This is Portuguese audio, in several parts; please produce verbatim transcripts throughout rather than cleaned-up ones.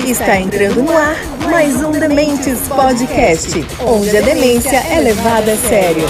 Está entrando no ar mais um Dementes Podcast, onde a demência é levada a sério.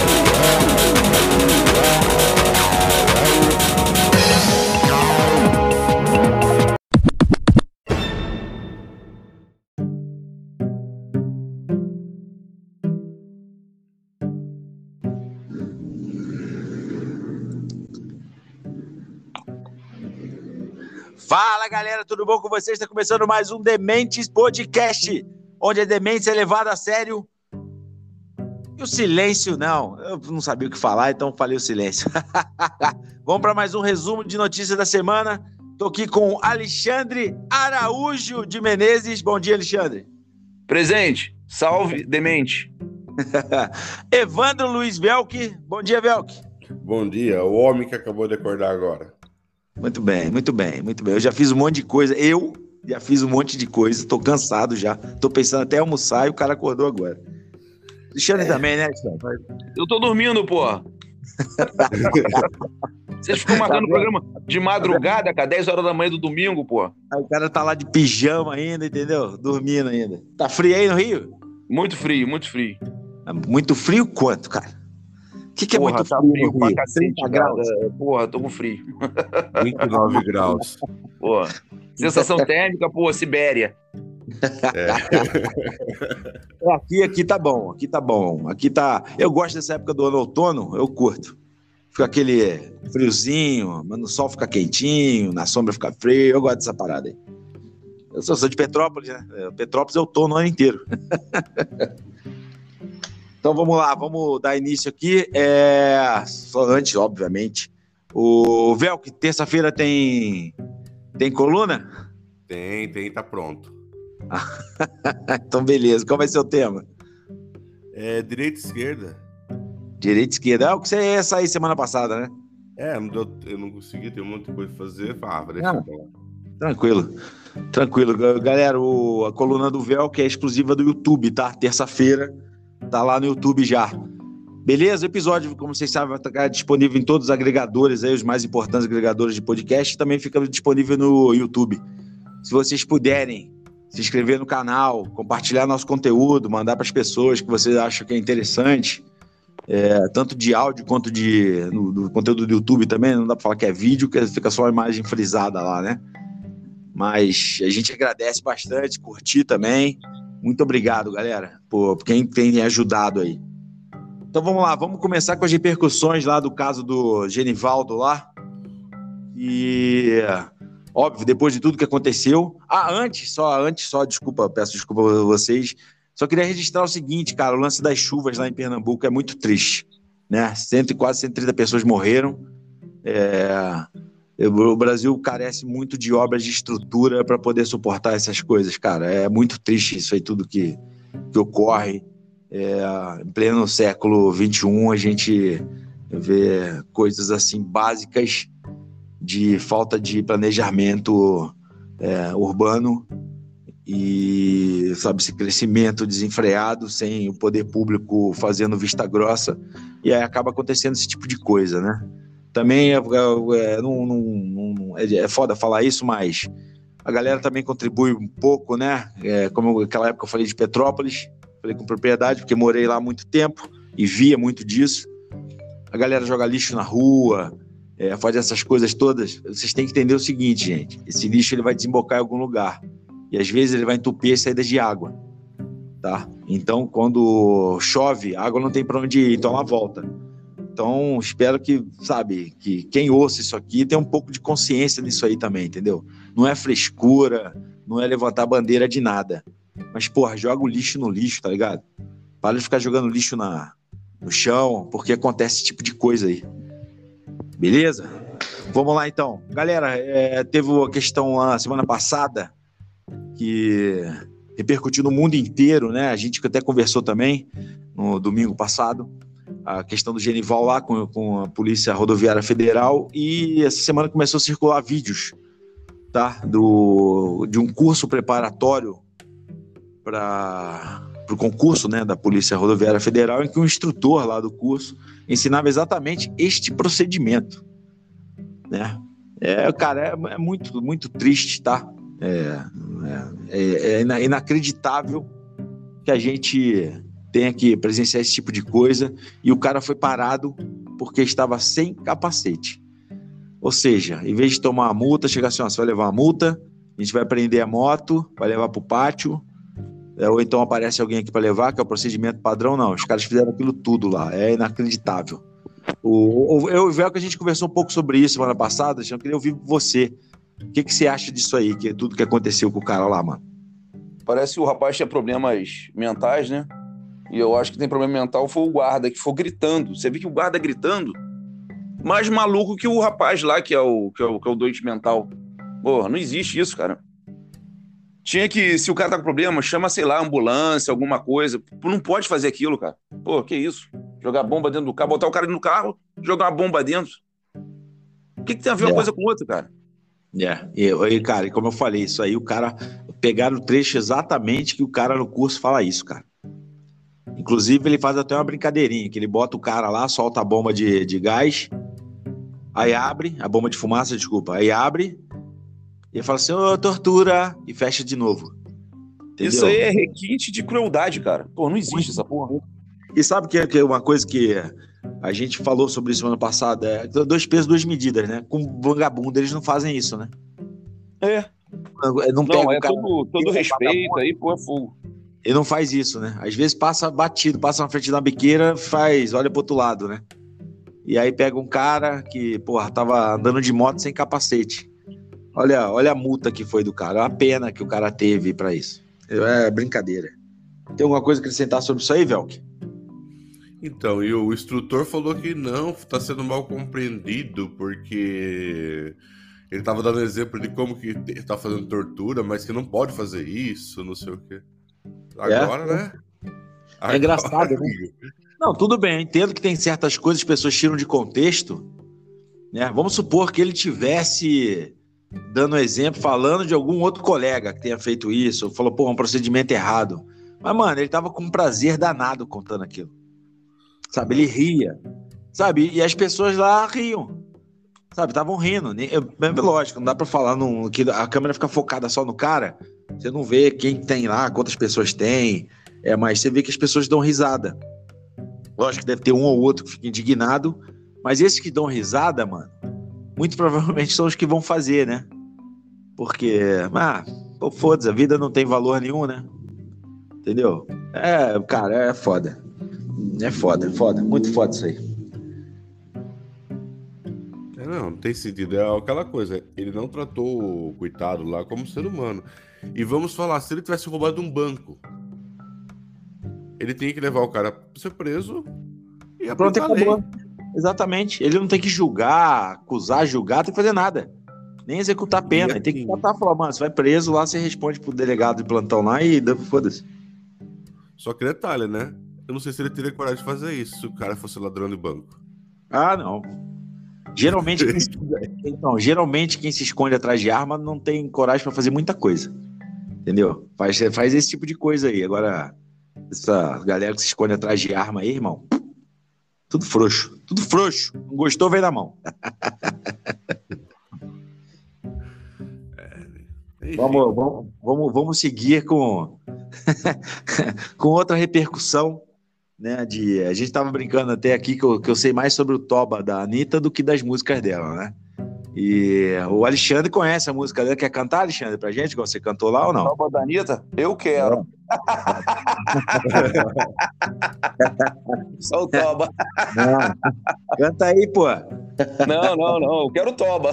Fala, galera, tudo bom com vocês? Está começando mais um Dementes Podcast, onde a demência é levada a sério. E o silêncio, não. Eu não sabia o que falar, então falei o silêncio. Vamos para mais um resumo de notícias da semana. Estou aqui com Alexandre Araújo de Menezes. Bom dia, Alexandre. Presente. Salve, demente. Evandro Luiz Velk. Bom dia, Velk. Bom dia. O homem que acabou de acordar agora. Muito bem, muito bem, muito bem. Eu já fiz um monte de coisa. Eu já fiz um monte de coisa. Tô cansado já. Tô pensando até almoçar e o cara acordou agora. Alexandre é. também, né, Alexandre? Eu tô dormindo, porra. Vocês ficam marcando o programa de madrugada, cara, dez horas da manhã do domingo, porra. Aí o cara tá lá de pijama ainda, entendeu? Dormindo ainda. Tá frio aí no Rio? Muito frio, muito frio. Muito frio quanto, cara? O que, que é porra, muito tá frio, frio pra cacete, graus? Porra, tô com frio. vinte e nove graus. Porra. Sensação térmica, porra, Sibéria. É. Aqui, aqui tá bom, aqui tá bom. Aqui tá. Eu gosto dessa época do ano, outono, eu curto. Fica aquele friozinho, mas no sol fica quentinho, na sombra fica frio. Eu gosto dessa parada aí. Eu sou, sou de Petrópolis, né? Petrópolis eu tô no ano inteiro. Então vamos lá, vamos dar início aqui. É... Só antes, obviamente. O Velk, terça-feira tem tem coluna? Tem, tem, tá pronto. Então beleza, qual vai ser o tema? É direita e esquerda. Direita e esquerda, é o que você ia sair semana passada, né? É, não deu, eu não consegui, tem um monte de coisa pra fazer. Ah, deixa eu falar. Tranquilo, tranquilo. Galera, o, a coluna do Velk é exclusiva do YouTube, tá? Terça-feira. Tá lá no YouTube já. Beleza? O episódio, como vocês sabem, vai estar disponível em todos os agregadores, aí, os mais importantes agregadores de podcast, e também fica disponível no YouTube. Se vocês puderem se inscrever no canal, compartilhar nosso conteúdo, mandar para as pessoas que vocês acham que é interessante, é, tanto de áudio quanto de no, do conteúdo do YouTube também, não dá para falar que é vídeo, que fica só a imagem frisada lá, né? Mas a gente agradece bastante, curtir também. Muito obrigado, galera, por quem tem ajudado aí. Então vamos lá, vamos começar com as repercussões lá do caso do Genivaldo lá. E, óbvio, depois de tudo que aconteceu... Ah, antes, só, antes, só, desculpa, peço desculpa a vocês. Só queria registrar o seguinte, cara, o lance das chuvas lá em Pernambuco é muito triste, né? Cento, quase cento e trinta pessoas morreram. É... O Brasil carece muito de obras de estrutura para poder suportar essas coisas, cara. É muito triste isso aí, tudo que, que ocorre. É, em pleno século vinte e um, a gente vê coisas assim básicas de falta de planejamento é, urbano e, sabe, esse crescimento desenfreado, sem o poder público fazendo vista grossa. E aí acaba acontecendo esse tipo de coisa, né? Também é, é, não, não, não, é, é foda falar isso, mas a galera também contribui um pouco, né? É, como naquela época eu falei de Petrópolis, falei com propriedade, porque morei lá há muito tempo e via muito disso. A galera joga lixo na rua, é, faz essas coisas todas. Vocês têm que entender o seguinte, gente: esse lixo ele vai desembocar em algum lugar e às vezes ele vai entupir as saídas de água, tá? Então, quando chove, a água não tem para onde ir, então ela volta. Então, espero que, sabe, que quem ouça isso aqui tenha um pouco de consciência nisso aí também, entendeu? Não é frescura, não é levantar bandeira de nada. Mas, porra, joga o lixo no lixo, tá ligado? Para de ficar jogando lixo na, no chão, porque acontece esse tipo de coisa aí. Beleza? Vamos lá, então. Galera, é, teve uma questão lá semana passada que repercutiu no mundo inteiro, né? A gente até conversou também no domingo passado. A questão do Genival lá com, com a Polícia Rodoviária Federal, e essa semana começou a circular vídeos, tá? Do, de um curso preparatório para o concurso, né, da Polícia Rodoviária Federal, em que um instrutor lá do curso ensinava exatamente este procedimento, né? É, cara, é, é muito, muito triste, tá? É, é, é, é inacreditável que a gente tenha que presenciar esse tipo de coisa e o cara foi parado porque estava sem capacete. Ou seja, em vez de tomar uma multa, chega assim, ó, você vai levar uma multa, a gente vai prender a moto, vai levar para o pátio, é, ou então aparece alguém aqui para levar, que é o procedimento padrão. Não, os caras fizeram aquilo tudo lá, é inacreditável. O, o, eu e o Velho, que a gente conversou um pouco sobre isso semana passada, eu queria ouvir você. O que, que você acha disso aí, que é tudo que aconteceu com o cara lá, mano? Parece que o rapaz tinha problemas mentais, né? E eu acho que tem problema mental foi o guarda, que foi gritando. Você viu que o guarda gritando? Mais maluco que o rapaz lá, que é o, que é o, que é o doente mental. Porra, não existe isso, cara. Tinha que, se o cara tá com problema, chama, sei lá, ambulância, alguma coisa. Não pode fazer aquilo, cara. Pô, que isso? Jogar bomba dentro do carro, botar o cara no carro, jogar uma bomba dentro. O que, que tem a ver uma É. coisa com outra, cara? É, e, e, cara, e como eu falei, isso aí, o cara pegaram o trecho exatamente que o cara no curso fala isso, cara. Inclusive, ele faz até uma brincadeirinha, que ele bota o cara lá, solta a bomba de, de gás, aí abre, a bomba de fumaça, desculpa, aí abre, e ele fala assim, ô, tortura, e fecha de novo. Entendeu? Isso aí é requinte de crueldade, cara. Pô, não existe essa porra. E sabe que é, que é uma coisa que a gente falou sobre isso ano passado? É dois pesos, duas medidas, né? Com vagabundo, eles não fazem isso, né? É. Não, pega Não, é o cara, todo, todo respeito aí, pô, é fogo. ele não faz isso, né? Às vezes passa batido, passa na frente da biqueira, faz, olha pro outro lado, né? E aí pega um cara que, porra, tava andando de moto sem capacete. Olha, olha a multa que foi do cara, a pena que o cara teve pra isso. É brincadeira. Tem alguma coisa a acrescentar sobre isso aí, Velk? Então, e o instrutor falou que não, tá sendo mal compreendido, porque ele tava dando exemplo de como que tá fazendo tortura, mas que não pode fazer isso, não sei o quê. Agora, é. né? É engraçado, né? Não, tudo bem, eu entendo que tem certas coisas que as pessoas tiram de contexto, né? Vamos supor que ele tivesse dando exemplo, falando de algum outro colega que tenha feito isso, falou, pô, um procedimento errado. Mas, mano, ele tava com um prazer danado contando aquilo. Sabe, ele ria, sabe, e as pessoas lá riam, sabe, estavam rindo. É lógico, não dá pra falar num, que a câmera fica focada só no cara, você não vê quem tem lá, quantas pessoas tem, é, mas você vê que as pessoas dão risada. Lógico que deve ter um ou outro que fica indignado, mas esses que dão risada, mano, muito provavelmente são os que vão fazer, né? Porque, ah, pô, foda-se, a vida não tem valor nenhum, né? Entendeu? É, cara, é foda. É foda, é foda, muito foda isso aí. É, não, não tem sentido. É aquela coisa, ele não tratou o coitado lá como ser humano. E vamos falar, se ele tivesse roubado um banco, ele tinha que levar o cara pra ser preso e Pronto, aplicar a lei. acabou. Exatamente. Ele não tem que julgar, acusar, julgar, não tem que fazer nada. Nem executar pena. Ele tem que tratar e falar, mano, você vai preso lá, você responde pro delegado de plantão lá e foda-se. Só que detalhe, né? Eu não sei se ele teria coragem de fazer isso se o cara fosse ladrão de banco. Ah, não. Geralmente quem se... então, geralmente quem se esconde atrás de arma não tem coragem pra fazer muita coisa. Entendeu? Faz, faz esse tipo de coisa aí. Agora, essa galera que se esconde atrás de arma aí, irmão, tudo frouxo. Tudo frouxo. Não gostou, vem na mão. Enfim. Vamos, vamos, vamos, vamos seguir com, com outra repercussão, né? De, a gente estava brincando até aqui que eu, que eu sei mais sobre o Toba da Anitta do que das músicas dela, né? E o Alexandre conhece a música dela. Quer cantar, Alexandre, pra gente? Você cantou lá ou não? Toba da Anitta? Eu quero. Só o Toba. Não. Canta aí, pô. Não, não, não. Eu quero Toba.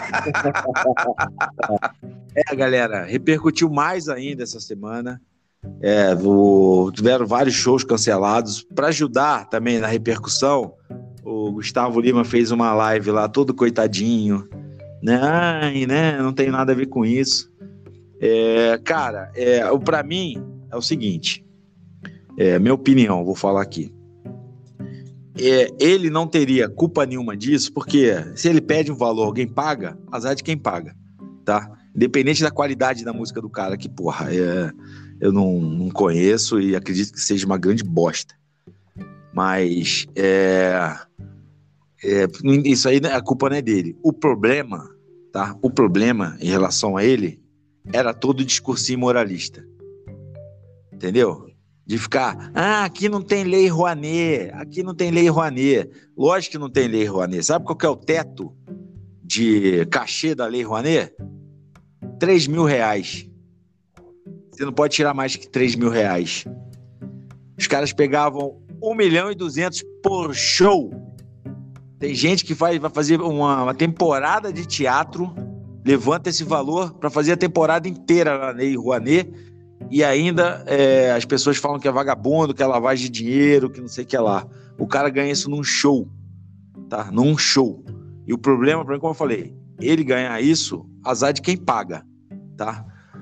É, galera, repercutiu mais ainda essa semana. É, o, tiveram vários shows cancelados. Para ajudar também na repercussão, o Gustavo Lima fez uma live lá, todo coitadinho. Né? Ai, né? Não tem nada a ver com isso. É, cara, é, para mim é o seguinte. É, minha opinião, vou falar aqui. É, ele não teria culpa nenhuma disso, porque se ele pede um valor, alguém paga, azar de quem paga, tá? Independente da qualidade da música do cara, que, porra, é, eu não, não conheço e acredito que seja uma grande bosta. Mas é, é, isso aí, a culpa não é dele. O problema, tá? O problema em relação a ele era todo discursinho moralista. Entendeu? De ficar, ah, aqui não tem lei Rouanet, aqui não tem lei Rouanet. Lógico que não tem lei Rouanet. Sabe qual que é o teto de cachê da lei Rouanet? três mil reais. Você não pode tirar mais que três mil reais. Os caras pegavam um milhão e duzentos por show. Tem gente que vai, vai fazer uma, uma temporada de teatro, levanta esse valor para fazer a temporada inteira na lei Rouanet, e ainda é, as pessoas falam que é vagabundo, que é lavagem de dinheiro, que não sei o que lá. O cara ganha isso num show, tá? Num show. E o problema, para mim, como eu falei, ele ganhar isso, azar de quem paga, tá?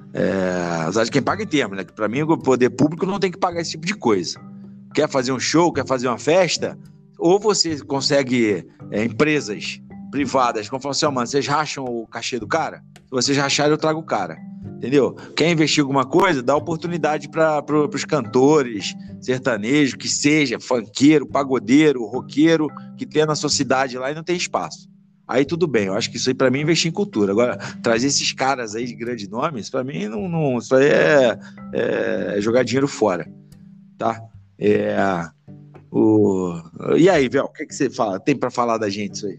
É, azar de quem paga em termos, né? Para mim, o poder público não tem que pagar esse tipo de coisa. Quer fazer um show, quer fazer uma festa, ou você consegue é, empresas privadas, como falam assim, ó, mano, vocês racham o cachê do cara? Se vocês racharem, eu trago o cara. Entendeu? Quer investir alguma coisa, dá oportunidade para pro, os cantores sertanejos, que seja funkeiro, pagodeiro, roqueiro, que tenha na sua cidade lá e não tem espaço. Aí tudo bem, eu acho que isso aí para mim é investir em cultura. Agora, trazer esses caras aí de grandes nomes, para mim não, não, isso aí é, é jogar dinheiro fora, tá? É, o... E aí, Vel, o que, que você fala? Tem para falar da gente isso aí?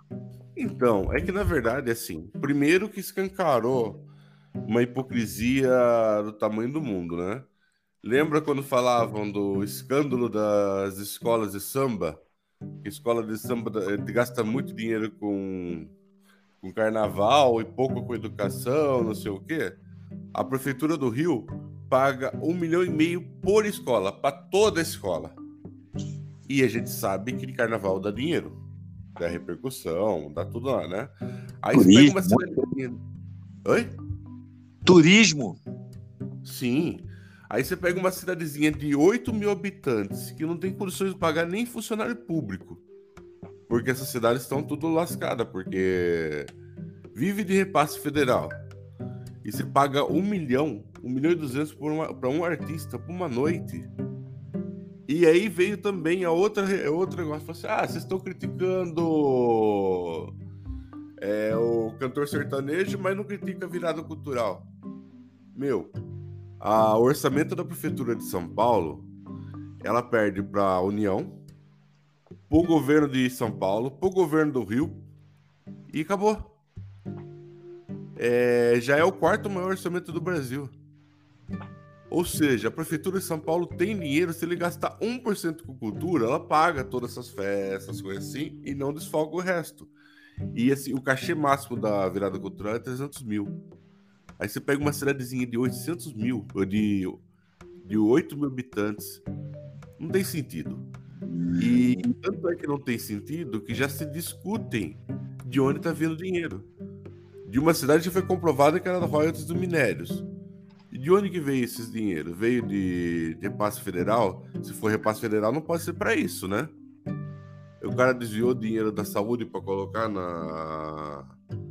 Então, é que na verdade, assim, primeiro que escancarou uma hipocrisia do tamanho do mundo, né? Lembra quando falavam do escândalo das escolas de samba? Que a escola de samba gasta muito dinheiro com, com carnaval e pouco com educação, não sei o quê. A Prefeitura do Rio paga um milhão e meio por escola, para toda a escola. E a gente sabe que de carnaval dá dinheiro, dá repercussão, dá tudo lá, né? Aí você pega uma cidadezinha... Oi? Turismo. Sim. Aí você pega uma cidadezinha de oito mil habitantes que não tem condições de pagar nem funcionário público. Porque essas cidades estão tudo lascadas, porque vive de repasse federal. E você paga um milhão, um milhão e duzentos para um artista por uma noite. E aí veio também a outra, outro negócio. Assim, ah, vocês estão criticando é, o cantor sertanejo, mas não critica a virada cultural. Meu, o orçamento da Prefeitura de São Paulo, ela perde para a União, para o governo de São Paulo, para o governo do Rio, e acabou. É, já é o quarto maior orçamento do Brasil. Ou seja, a Prefeitura de São Paulo tem dinheiro, se ele gastar um por cento com cultura, ela paga todas essas festas, coisas assim, e não desfoca o resto. E assim, o cachê máximo da virada cultural é trezentos mil. Aí você pega uma cidadezinha de oitocentos mil, de, de oito mil habitantes, não tem sentido. E tanto é que não tem sentido que já se discutem de onde está vindo o dinheiro. De uma cidade que foi comprovada que era da royalties dos minérios. E de onde que veio esses dinheiros? Veio de, de repasse federal? Se for repasse federal, não pode ser para isso, né? O cara desviou dinheiro da saúde para colocar na...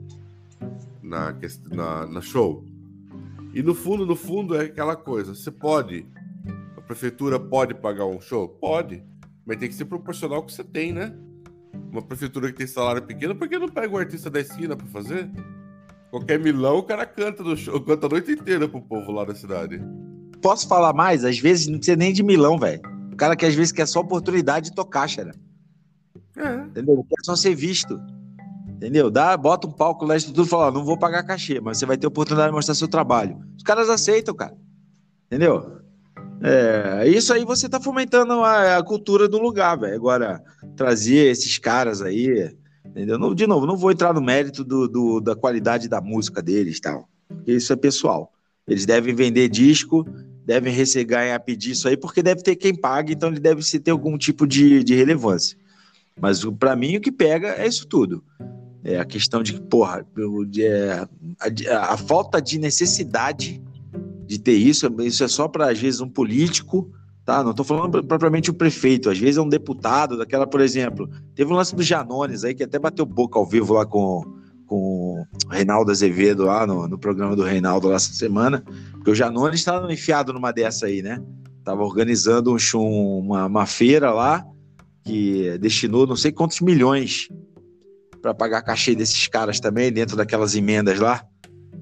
Na, na, na show. E no fundo, no fundo é aquela coisa, você pode, a prefeitura pode pagar um show? Pode, mas tem que ser proporcional ao que você tem, né? Uma prefeitura que tem salário pequeno, por que não pega o artista da esquina pra fazer? Qualquer milão, o cara canta no show, canta a noite inteira pro povo lá da cidade. Posso falar mais? Às vezes não precisa nem de milão, velho. O cara que às vezes quer só oportunidade de tocar, cara. É. Entendeu? Ele quer só ser visto. Entendeu? Dá, bota um palco lá, tudo e fala, ó, não vou pagar cachê, mas você vai ter oportunidade de mostrar seu trabalho. Os caras aceitam, cara. Entendeu? É, isso aí você tá fomentando a, a cultura do lugar, velho. Agora, trazer esses caras aí, entendeu? Não, de novo, não vou entrar no mérito do, do, da qualidade da música deles e tal, porque isso é pessoal. Eles devem vender disco, devem receber a pedir isso aí, porque deve ter quem pague, então ele deve ter algum tipo de, de relevância. Mas pra mim o que pega é isso tudo. É a questão de, porra, é, a, a falta de necessidade de ter isso, isso é só para, às vezes, um político, tá? Não estou falando propriamente um prefeito, às vezes é um deputado, daquela, por exemplo, teve um lance do Janones aí, que até bateu boca ao vivo lá com, com o Reinaldo Azevedo, lá no, no programa do Reinaldo lá essa semana, porque o Janones estava enfiado numa dessa aí, né? Tava organizando um, uma, uma feira lá, que destinou não sei quantos milhões para pagar cachê desses caras também, dentro daquelas emendas lá.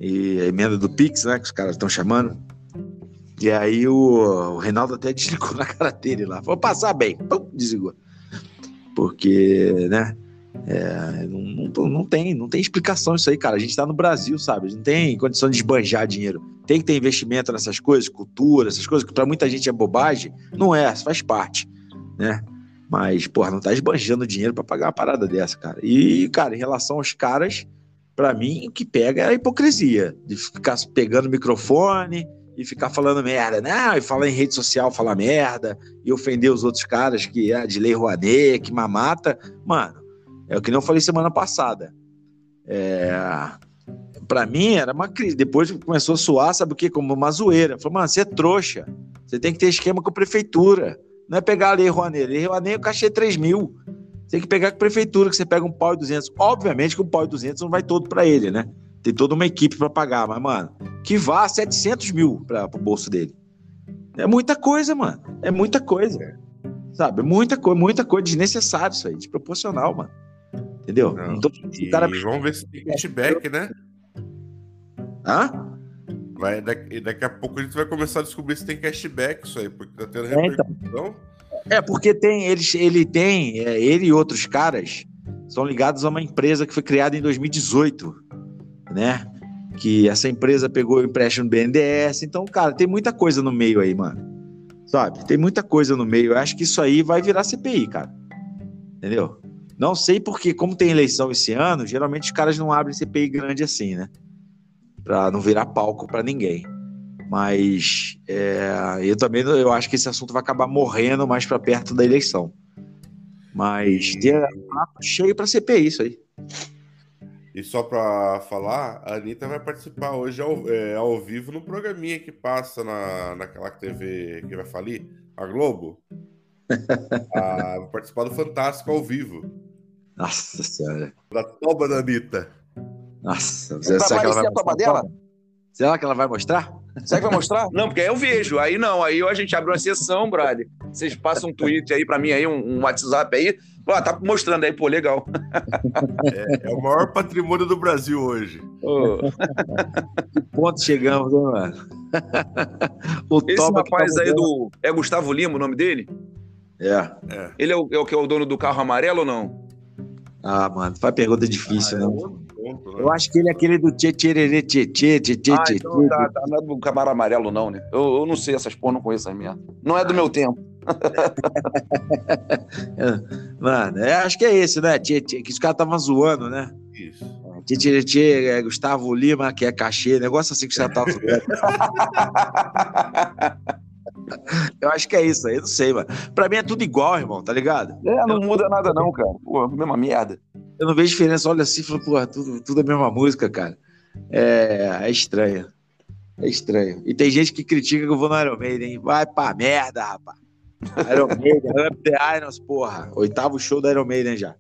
e a emenda do Pix, né, que os caras estão chamando. E aí o, o Reinaldo até desligou na cara dele lá. Falou, passar bem. Pum, desligou. Porque, né, é, não, não, não, tem, não tem explicação isso aí, cara. A gente tá no Brasil, sabe? Não tem condição de esbanjar dinheiro. Tem que ter investimento nessas coisas, cultura, essas coisas que pra muita gente é bobagem. Não é, faz parte, né? Mas, porra, não tá esbanjando dinheiro pra pagar uma parada dessa, cara. E, cara, em relação aos caras, pra mim, o que pega é a hipocrisia. De ficar pegando o microfone e ficar falando merda, né? E falar em rede social, falar merda, e ofender os outros caras que é de Lei Rouanet, que mamata. Mano, é o que eu falei semana passada. É... Pra mim, era uma crise. Depois começou a soar, sabe o quê? Como uma zoeira. Falei, mano, você é trouxa. Você tem que ter esquema com a prefeitura. Não é pegar a Lei Rouanet. Lei Rouanet, o cachê é três mil. Você tem que pegar com a prefeitura, que você pega um pau e duzentos. Obviamente que um pau e duzentos não vai todo pra ele, né? Tem toda uma equipe pra pagar, mas, mano, que vá setecentos mil pra, pro bolso dele. É muita coisa, mano. É muita coisa. Sabe? É muita coisa, muita coisa desnecessária isso aí, desproporcional, mano. Entendeu? Não, então, e cara... vamos ver se tem cashback, né? Hã? Vai, daqui, daqui a pouco a gente vai começar a descobrir se tem cashback isso aí, porque tá tendo É, então. repercussão. É, porque tem, ele, ele tem, é, ele e outros caras são ligados a uma empresa que foi criada em dois mil e dezoito, né? Que essa empresa pegou o empréstimo do B N D E S. Então, cara, tem muita coisa no meio aí, mano. Sabe? Tem muita coisa no meio. Eu acho que isso aí vai virar C P I, cara. Entendeu? Não sei porque, como tem eleição esse ano, geralmente os caras não abrem C P I grande assim, né? Pra não virar palco pra ninguém. Mas é, eu também eu acho que esse assunto vai acabar morrendo mais pra perto da eleição. Mas tem cheio pra C P I isso aí. E só pra falar, a Anitta vai participar hoje ao, é, ao vivo no programinha que passa na, naquela T V que vai falir, a Globo. Ah, vai participar do Fantástico ao vivo. Nossa Senhora. Da toba da Anitta. Nossa, Pra será que ela vai aparecer a toba mostrar? dela? Será que ela vai mostrar? Será que vai mostrar? Não, porque aí eu vejo. Aí não, aí a gente abre uma sessão, brother. Vocês passam um tweet aí pra mim, aí, um, um WhatsApp aí. Pô, tá mostrando aí, pô, legal. É, é o maior patrimônio do Brasil hoje. Oh. Que ponto chegamos, né, mano? O Esse Toba rapaz que tá aí do... É Gustavo Lima o nome dele? É. É. Ele é o, é o que é o dono do carro amarelo ou não? Ah, mano, faz pergunta difícil, Ah, né? é outro ponto, né? Eu acho que ele é aquele do tchê tchê tchê tchê tchê tchê Ah, tchê. então tá, tá, não é do Camaro Amarelo não, né? Eu, eu não sei essas porra, não conheço as merda. Não é do meu tempo. Mano, é, acho que é esse, né? Tchê, tchê, que os caras estavam zoando, né? Isso. Tchê tchê tchê, é Gustavo Lima, que é cachê, negócio assim que os caras estavam zoando. Eu acho que é isso aí, não sei, mano. Pra mim é tudo igual, irmão, tá ligado? É, não muda nada não, cara. Pô, mesma merda. Eu não vejo diferença, olha assim, falo, porra, tudo, tudo a mesma música, cara. É, é estranho. É estranho. E tem gente que critica que eu vou no Iron Maiden, hein? Vai pra merda, rapaz. Iron Maiden, Up the Irons, porra. Oitavo show da Iron Maiden já.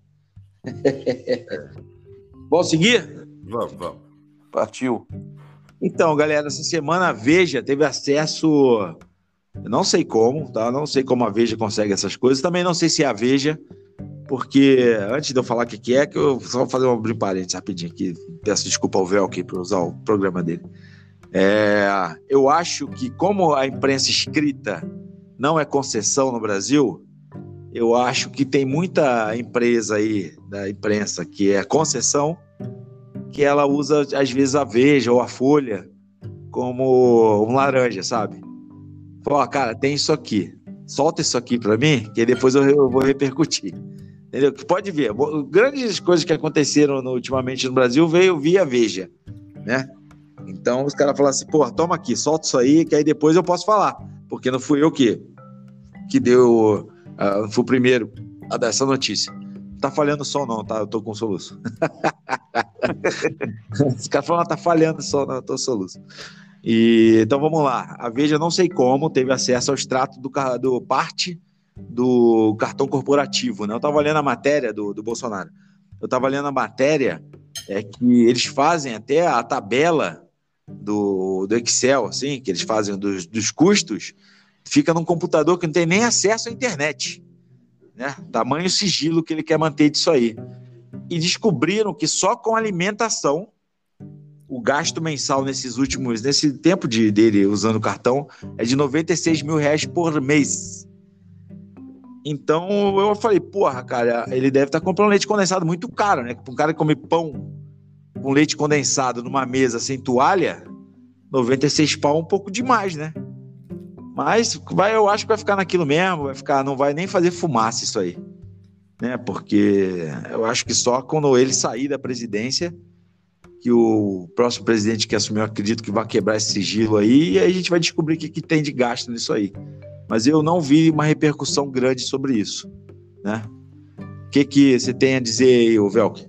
Vamos seguir? Vamos, vamos. Partiu. Então, galera, essa semana a Veja teve acesso... Eu não sei como, tá? Não sei como a Veja consegue essas coisas. Também não sei se é a Veja, porque antes de eu falar o que, que é, que eu só vou fazer um abrir parênteses rapidinho aqui. Peço desculpa ao Velk por usar o programa dele. É, eu acho que como a imprensa escrita não é concessão no Brasil, eu acho que tem muita empresa aí da imprensa que é concessão, que ela usa às vezes a Veja ou a Folha como um laranja, sabe? Fala, cara, tem isso aqui. Solta isso aqui pra mim, que depois eu, eu vou repercutir. Entendeu? Que pode ver. Grandes coisas que aconteceram no, ultimamente no Brasil veio via Veja, né? Então os caras falaram assim, pô, toma aqui, solta isso aí, que aí depois eu posso falar. Porque não fui eu que, que deu... Uh, fui o primeiro a dar essa notícia. Não tá falhando o som não, tá? Eu tô com soluço. Os caras falaram, tá falhando o som, não, eu tô com soluço. E, então vamos lá, a Veja não sei como teve acesso ao extrato do, do parte do cartão corporativo, né? Eu estava lendo a matéria do, do Bolsonaro, eu estava lendo a matéria é, que eles fazem até a tabela do, do Excel, assim, que eles fazem dos, dos custos, fica num computador que não tem nem acesso à internet, né? Tamanho sigilo que ele quer manter disso aí. E descobriram que só com alimentação o gasto mensal nesses últimos, nesse tempo de, dele usando o cartão, é de noventa e seis mil reais por mês. Então eu falei, porra, cara, ele deve estar comprando leite condensado muito caro, né? Para um cara comer pão com leite condensado numa mesa sem toalha, noventa e seis pau é um pouco demais, né? Mas vai, eu acho que vai ficar naquilo mesmo, vai ficar, não vai nem fazer fumaça isso aí, né? Porque eu acho que só quando ele sair da presidência que o próximo presidente que assumiu, eu acredito que vai quebrar esse sigilo aí, e aí a gente vai descobrir o que, que tem de gasto nisso aí. Mas eu não vi uma repercussão grande sobre isso, né? O que, que você tem a dizer aí, ô Velk?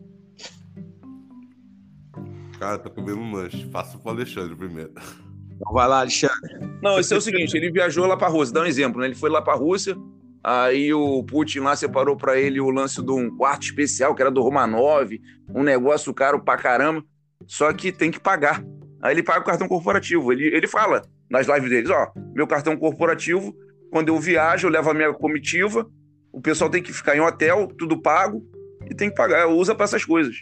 Cara, tô comendo um lanche. Faça pro Alexandre primeiro. Então vai lá, Alexandre. Não, esse é o seguinte, ele viajou lá pra Rússia, dá um exemplo, né? Ele foi lá pra Rússia, aí o Putin lá separou pra ele o lance de um quarto especial, que era do Romanov, um negócio caro pra caramba, só que tem que pagar. Aí ele paga o cartão corporativo. Ele, ele fala nas lives deles, ó, meu cartão corporativo, quando eu viajo, eu levo a minha comitiva, o pessoal tem que ficar em hotel, tudo pago, e tem que pagar, usa pra essas coisas.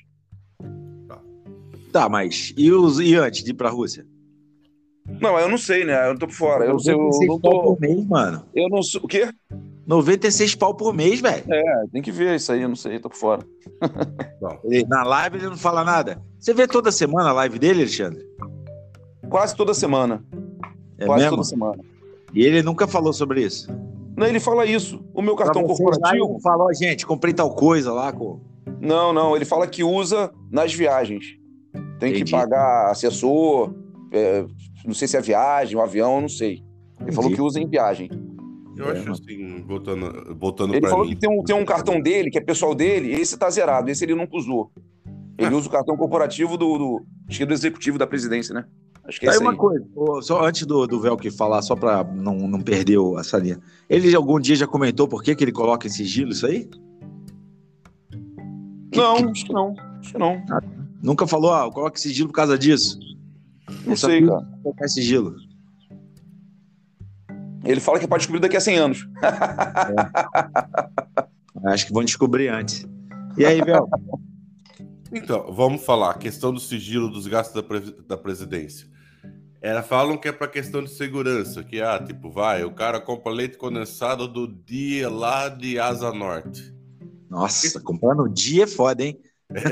Tá, mas e, os, e antes de ir pra Rússia? Não, eu não sei, né? Eu não tô por fora. Eu, eu, eu não pau tô. por mês, mano. Eu não sou. O quê? noventa e seis pau por mês, velho. É, tem que ver isso aí, eu não sei, eu tô por fora. Na live ele não fala nada. Você vê toda semana a live dele, Alexandre? Quase toda semana. É Quase mesmo? toda semana. E ele nunca falou sobre isso? Não, ele fala isso. O meu cartão Pra vocês lá, ele corporativo. não fala, ó, gente, comprei tal coisa lá, com... Não, não, ele fala que usa nas viagens. Tem Entendi. que pagar assessor, é, não sei se é viagem, um avião, eu não sei. Ele Entendi. falou que usa em viagem. Eu É, acho mano. assim, voltando, voltando Ele pra falou mim. que tem um, tem um cartão dele, que é pessoal dele, esse tá zerado, esse ele nunca usou. Ele usa o cartão corporativo do, do, acho que é do executivo da presidência, né? Acho que é Tá aí isso uma aí. coisa, ô, só antes do, do Velk falar, só pra não, não perder o- essa linha. Ele algum dia já comentou por que, que ele coloca em sigilo isso aí? Não, acho que não. Acho que não. Nunca falou, ah, eu coloco em sigilo por causa disso. Não Eu só sei, quis cara. colocar em sigilo. Ele fala que pode descobrir daqui a cem anos. Acho que vão descobrir antes. E aí, Velk? Então, vamos falar. A questão do sigilo dos gastos da, pre- da presidência. Era, falam que é pra questão de segurança. Que, ah, tipo, vai, o cara compra leite condensado do dia lá de Asa Norte. Nossa, comprando o dia é foda, hein?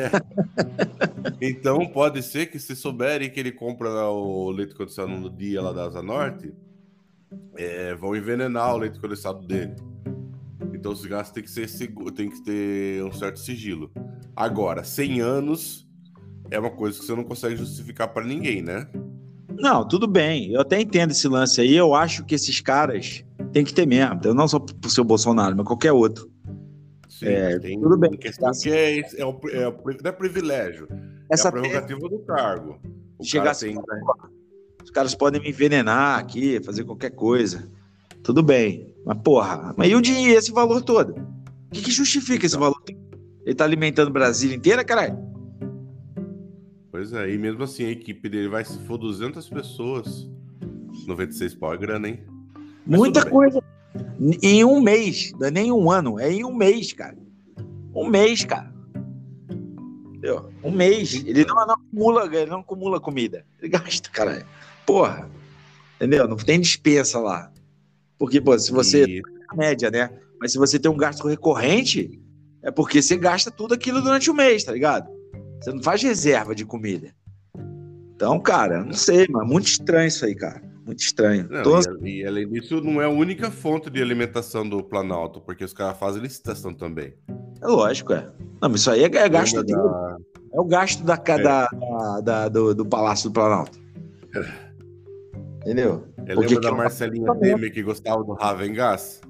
Então, pode ser que se souberem que ele compra o leite condensado no dia lá da Asa Norte, é, vão envenenar o leite condensado dele. Então, os gastos tem que ser seguro, tem que ter um certo sigilo. Agora, cem anos é uma coisa que você não consegue justificar pra ninguém, né? Não, tudo bem. Eu até entendo esse lance aí. Eu acho que esses caras têm que ter mesmo. Então, não só pro seu Bolsonaro, mas qualquer outro. Sim, É, tem tudo bem. questão que é, é, o, é, o, não é privilégio, Essa é a prerrogativa do cargo. O chegar cara assim, tem... os caras podem me envenenar aqui, fazer qualquer coisa. Tudo bem. Mas, porra, mas e o dinheiro, esse valor todo? O que, que justifica esse valor todo? Ele tá alimentando o Brasil inteira, caralho? Pois é, e mesmo assim a equipe dele vai, se for duzentas pessoas, noventa e seis pau é grana, hein? Mas Muita tudo bem. coisa. Em um mês, não é nem um ano, é em um mês, cara. Um mês, cara. Entendeu? Um mês. Ele não, não acumula, ele não acumula comida. Ele gasta, cara. Porra. Entendeu? Não tem dispensa lá. Porque, pô, se você. E- Média, né? Mas se você tem um gasto recorrente, é porque você gasta tudo aquilo durante o mês, tá ligado? Você não faz reserva de comida. Então, cara, não sei, mas muito estranho isso aí, cara. Muito estranho. Não, Tô- e, e além disso, não é a única fonte de alimentação do Planalto, porque os caras fazem licitação também. É lógico, é. Não, mas isso aí é, é gasto Lembra dele. da- É o gasto da, da, da- da- do, do Palácio do Planalto. Entendeu? Eu Porque lembro da que- Marcelinha Temer que gostava do Ravengás?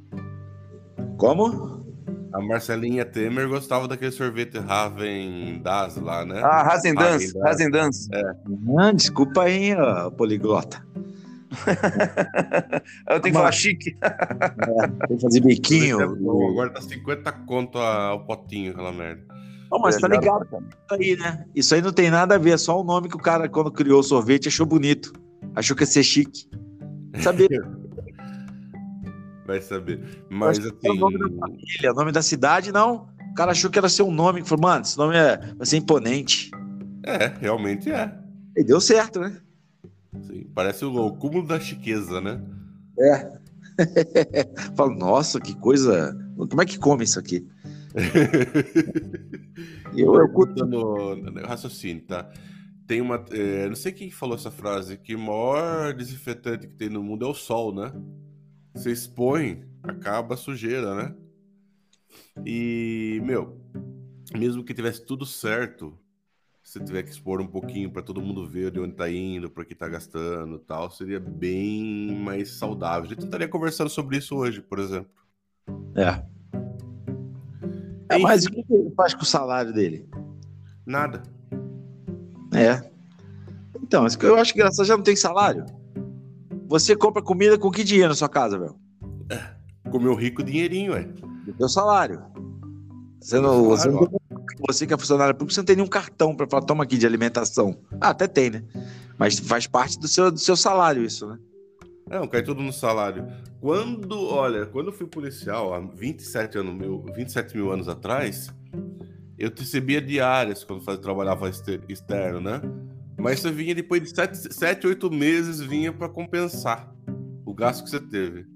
Como? A Marcelinha Temer gostava daquele sorvete Ravendaz lá, né? Ah, Razendance, Häagen-Dazs. Razendance. Ah, desculpa aí, ó, poliglota. Eu tenho que falar chique. Tem que fazer biquinho. Bom, agora tá cinquenta conto a- o potinho, aquela merda. Não, mas tá ligado isso aí, né? Isso aí não tem nada a ver, é só o nome que o cara, quando criou o sorvete, achou bonito. Achou que ia ser chique. Sabia? Vai saber. Mas Acho que é o assim, nome da família, o nome da cidade, não. O cara achou que era ser um nome, que falou, mano, esse nome é, vai ser imponente. é, realmente é. E deu certo, né? Sim, parece o, o cúmulo da chiqueza, né? É. Falo, nossa, que coisa. Como é que come isso aqui? eu, eu curto. No, no raciocínio, tá? Tem uma. É, não sei quem falou essa frase, que o maior desinfetante que tem no mundo é o sol, né? Você expõe, acaba a sujeira, né? E, meu, mesmo que tivesse tudo certo, se tiver que expor um pouquinho para todo mundo ver de onde tá indo, para que tá gastando e tal, seria bem mais saudável. A gente estaria conversando sobre isso hoje, por exemplo. É. É, mas o que ele faz com o salário dele? Nada. É. Então, isso que eu acho engraçado, já não tem salário. Você compra comida com que dinheiro na sua casa, velho? Com meu rico dinheirinho, ué. Do teu salário. Você, não, salário, você, não tem, você que é funcionário público, você não tem nenhum cartão para falar, toma aqui de alimentação. Ah, até tem, né? Mas faz parte do seu, do seu salário isso, né? Não, cai tudo no salário. Quando, olha, quando eu fui policial, há vinte e sete anos, mil, vinte e sete mil anos atrás, eu recebia diárias quando fazia, trabalhava externo, né? Mas você vinha depois de sete, oito meses, vinha para compensar o gasto que você teve.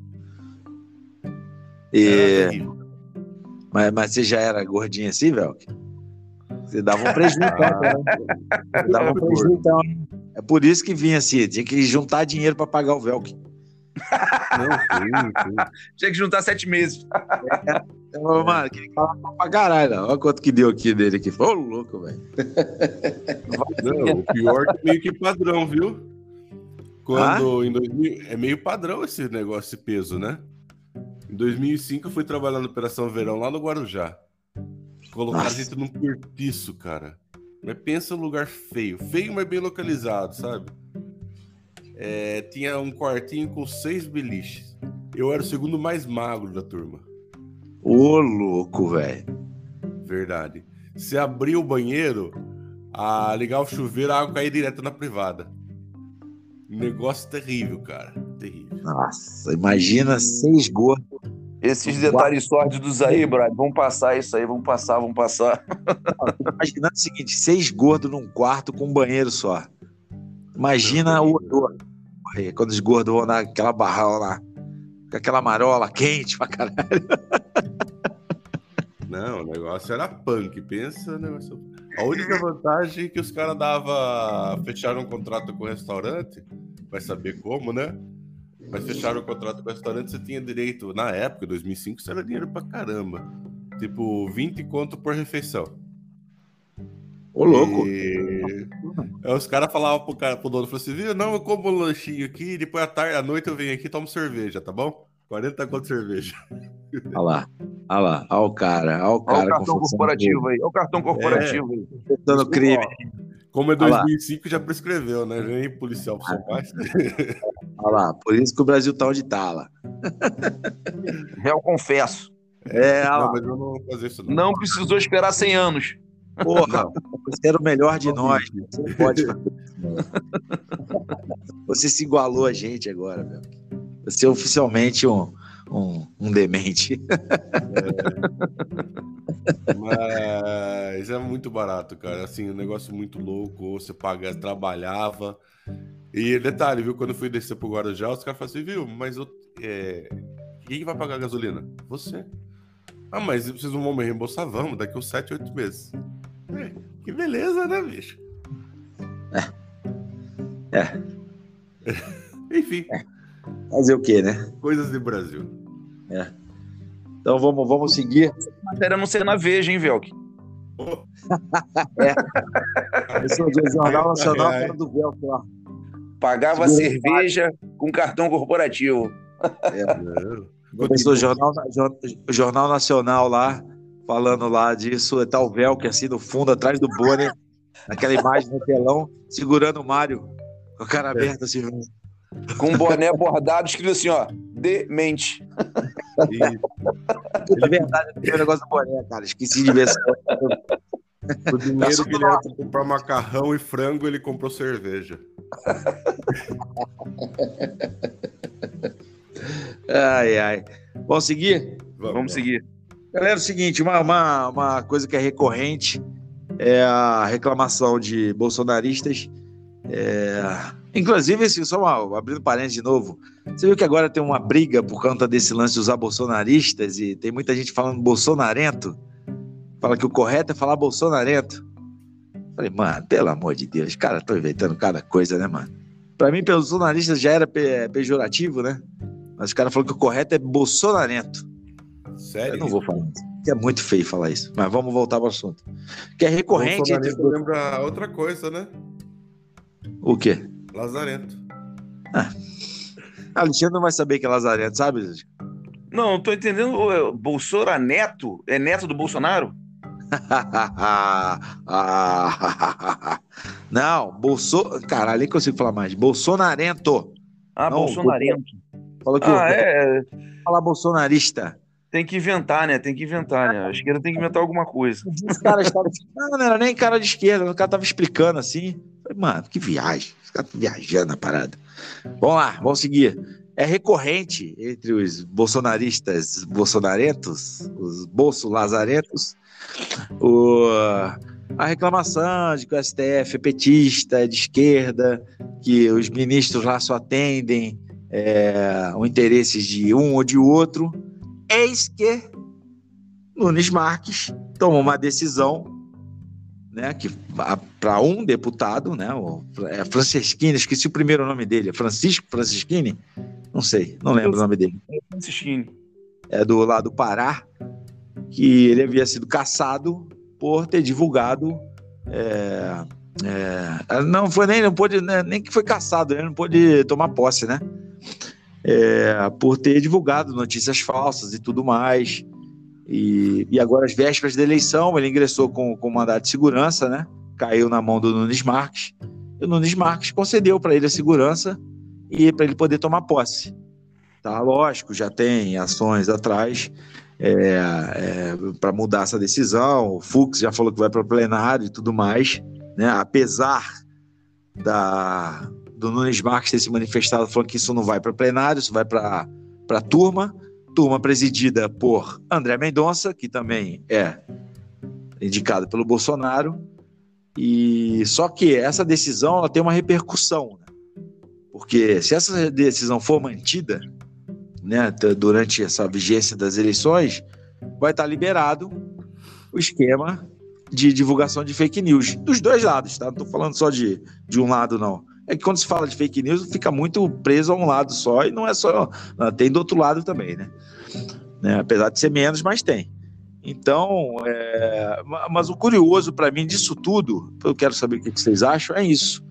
E... Mas, mas você já era gordinho assim, velho? Você dava um prejuízo, ah, né? Você dava um prejuízo, então. É por isso que vinha assim, tinha que juntar dinheiro para pagar o Velk. Não, sim, sim. Tinha que juntar sete meses. É, então, mano, aquele cara pra caralho, olha quanto que deu aqui dele aqui. Ô, louco, velho. Não, o pior é meio que padrão, viu? Quando ah? em dois mil, é meio padrão esse negócio, esse peso, né? Em dois mil e cinco eu fui trabalhar na Operação Verão lá no Guarujá. Colocaram a gente num cortiço, cara. Mas pensa num lugar feio. Feio, mas bem localizado, sabe? É, tinha um quartinho com seis beliches. Eu era o segundo mais magro da turma. Ô, louco, velho. Verdade. Se abrir o banheiro, a ligar o chuveiro, a água caía direto na privada. Negócio terrível, cara. Terrível. Nossa, imagina seis gordos. Esses detalhes sórdidos aí, brother, vamos passar isso aí, vamos passar, vamos passar. Imagina o seguinte, seis gordos num quarto com um banheiro só. Imagina o odor. Quando os gordos vão naquela barral lá, com aquela marola quente pra caralho. Não, o negócio era punk, pensa, negócio... A única vantagem é que os caras davam, fecharam um contrato com o restaurante, vai saber como, né? Mas fecharam o contrato com o restaurante, você tinha direito, na época, dois mil e cinco, isso era dinheiro pra caramba. Tipo, vinte conto por refeição. Ô, louco. E... Aí os caras falavam pro, cara, pro dono, falavam assim, viu, não, eu como um lanchinho aqui, e depois à tarde, à noite eu venho aqui e tomo cerveja, tá bom? quarenta conto de cerveja. Olha lá, olha lá, olha o cara, olha o cara. Olha o cartão corporativo aí, olha o cartão corporativo é, aí. Tentando crime. Como é dois mil e cinco, já prescreveu, né? Nem policial pra ser mais. Olha lá, por isso que o Brasil tá onde tá lá. Réu confesso. É, não, mas eu não vou fazer isso não. Não precisou esperar cem anos. Porra, você era o melhor de nós. Você não pode fazer isso, não. Você se igualou a gente agora, meu. Você é oficialmente um, um, um demente. É. Mas é muito barato, cara. Assim, um negócio muito louco. Você paga, trabalhava. E detalhe, viu? Quando eu fui descer pro Guarujá, os caras falaram assim, viu? Mas eu, é... quem vai pagar a gasolina? Você. Ah, mas vocês não vão me reembolsar? Vamos, daqui uns sete, oito meses. É, que beleza, né, bicho? É. É. Enfim. É. Fazer o quê, né? Coisas de Brasil. É. Então vamos, vamos seguir. Matéria não ser na Veja, hein, Velk? Oh. É. Esse é o Jornal Nacional fora do Velk lá. Pagava Segura cerveja com cartão corporativo. É. Começou o jornal, jornal Nacional lá, falando lá disso, tá o Velk assim no fundo, atrás do Bonner, aquela imagem no telão, segurando o Mário, com a cara aberta assim. Com um boné bordado, escrito assim, ó, demente. É verdade, é o negócio do boné, cara, esqueci de ver. O dinheiro que ele era pra comprar macarrão e frango, ele comprou cerveja. Ai, ai. Vamos seguir? Vamos, Vamos seguir. Galera, é o seguinte, uma, uma, uma coisa que é recorrente é a reclamação de bolsonaristas É... Inclusive, assim, só uma, abrindo parênteses de novo, você viu que agora tem uma briga por conta desse lance de usar bolsonaristas e tem muita gente falando bolsonarento? Fala que o correto é falar bolsonarento. Falei, mano, pelo amor de Deus, os caras estão inventando cada coisa, né, mano? Pra mim, bolsonarista já era pe- pejorativo, né? Mas os caras falaram que o correto é bolsonarento. Sério? Eu não vou falar isso, porque é muito feio falar isso. Mas vamos voltar pro assunto. Que é recorrente entre... Bolsonarento lembra outra coisa, né? O quê? Lazarento. Ah, Alexandre não vai saber que é lazarento, sabe? Não, não tô entendendo. Ô, Bolsonaro neto? É neto do Bolsonaro? Não, Bolso... Caralho, nem consigo falar mais. Bolsonarento. Ah, Não, bolsonarento. Falou que Ah, eu... é. falar bolsonarista. Tem que inventar, né? Tem que inventar, né? A esquerda tem que inventar alguma coisa. Os caras estavam... Não, não era nem cara de esquerda. O cara tava explicando assim. Falei, mano, que viagem. Os caras estão viajando na parada. Vamos lá, vamos seguir. É recorrente entre os bolsonaristas bolsonarentos, os bolso-lazarentos, o... a reclamação de que o S T F é petista, é de esquerda, que os ministros lá só atendem é, os interesses de um ou de outro. Eis que Nunes Marques tomou uma decisão, né, que para um deputado, né, o é Franceschini, esqueci o primeiro nome dele, é Francisco Franceschini? Não sei, não lembro o nome dele. É Franceschini. É do lado do Pará, que ele havia sido cassado por ter divulgado. É, é, não foi nem, não pôde, né, nem que foi cassado, ele não pôde tomar posse, né? É, por ter divulgado notícias falsas e tudo mais. E, e agora, às vésperas da eleição, ele ingressou com, com mandado de segurança, né? Caiu na mão do Nunes Marques. E o Nunes Marques concedeu para ele a segurança e para ele poder tomar posse. Tá, lógico, já tem ações atrás é, é, para mudar essa decisão. O Fux já falou que vai para o plenário e tudo mais, né? Apesar da, do Nunes Marques ter se manifestado falando que isso não vai para plenário, isso vai para a turma, turma presidida por André Mendonça, que também é indicado pelo Bolsonaro. E só que essa decisão ela tem uma repercussão, né? Porque se essa decisão for mantida, né, durante essa vigência das eleições, vai estar liberado o esquema de divulgação de fake news dos dois lados, tá? Não estou falando só de, de um lado, não. É que quando se fala de fake news, fica muito preso a um lado só, e não é só... Tem do outro lado também, né? né? Apesar de ser menos, mas tem. Então, é... mas o curioso para mim disso tudo, eu quero saber o que vocês acham, é isso.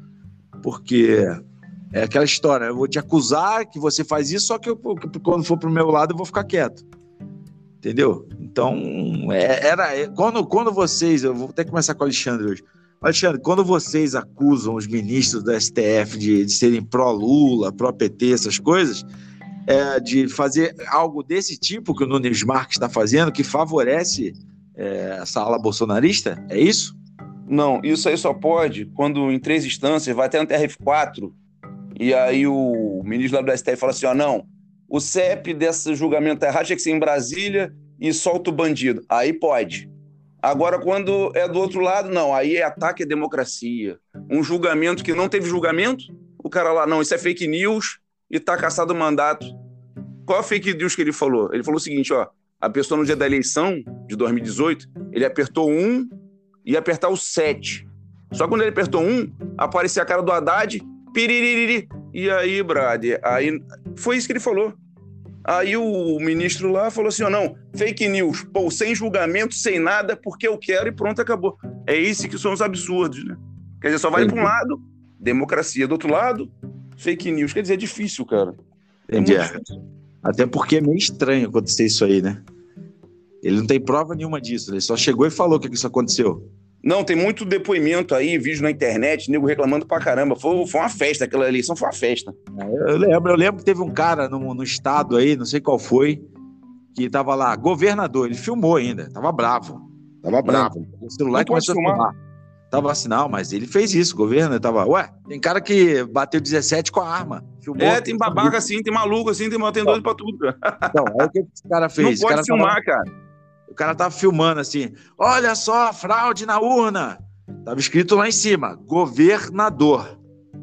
Porque é aquela história, eu vou te acusar que você faz isso, só que eu, quando for pro meu lado eu vou ficar quieto. Entendeu? Então, é, era, é, quando, quando vocês, eu vou até começar com o Alexandre hoje. Alexandre, quando vocês acusam os ministros do S T F de, de serem pró-Lula, pró-P T, essas coisas, é, de fazer algo desse tipo que o Nunes Marques está fazendo, que favorece é, essa ala bolsonarista, é isso? Não, isso aí só pode quando em três instâncias vai até no T R F quatro e aí o ministro lá do S T F fala assim, ó, não, o C E P desse julgamento tá errado, tinha que ser em Brasília e solta o bandido. Aí pode. Agora, quando é do outro lado, não, aí é ataque à democracia. Um julgamento que não teve julgamento, o cara lá, não, isso é fake news e tá cassado o mandato. Qual a fake news que ele falou? Ele falou o seguinte, ó, a pessoa no dia da eleição de dois mil e dezoito, ele apertou um e ia apertar o sete. Só quando ele apertou um, aparecia a cara do Haddad, piririri. E aí, brother, aí foi isso que ele falou. Aí o ministro lá falou assim, ó, não, fake news, pô, sem julgamento, sem nada, porque eu quero e pronto, acabou. É isso que são os absurdos, né? Quer dizer, só vai para um lado, democracia, do outro lado, fake news. Quer dizer, é difícil, cara. É Entendi. muito difícil. Até porque é meio estranho acontecer isso aí, né? Ele não tem prova nenhuma disso, ele só chegou e falou que isso aconteceu. Não, tem muito depoimento aí, vídeo na internet, nego reclamando pra caramba. Foi, foi uma festa, aquela eleição foi uma festa. Eu lembro, eu lembro que teve um cara no, no estado aí, não sei qual foi, que tava lá, governador, ele filmou ainda, tava bravo. Tava bravo. O celular começou a filmar. Tava assim, não, mas ele fez isso, governo, tava, ué, tem cara que bateu dezessete com a arma. Filmou, é, tem babaca assim, tem maluco assim, tem, tem doido pra tudo, cara. Então, aí o que esse cara fez? Não pode cara filmar, tava... cara. O cara tava filmando assim, olha só a fraude na urna. Tava escrito lá em cima, governador.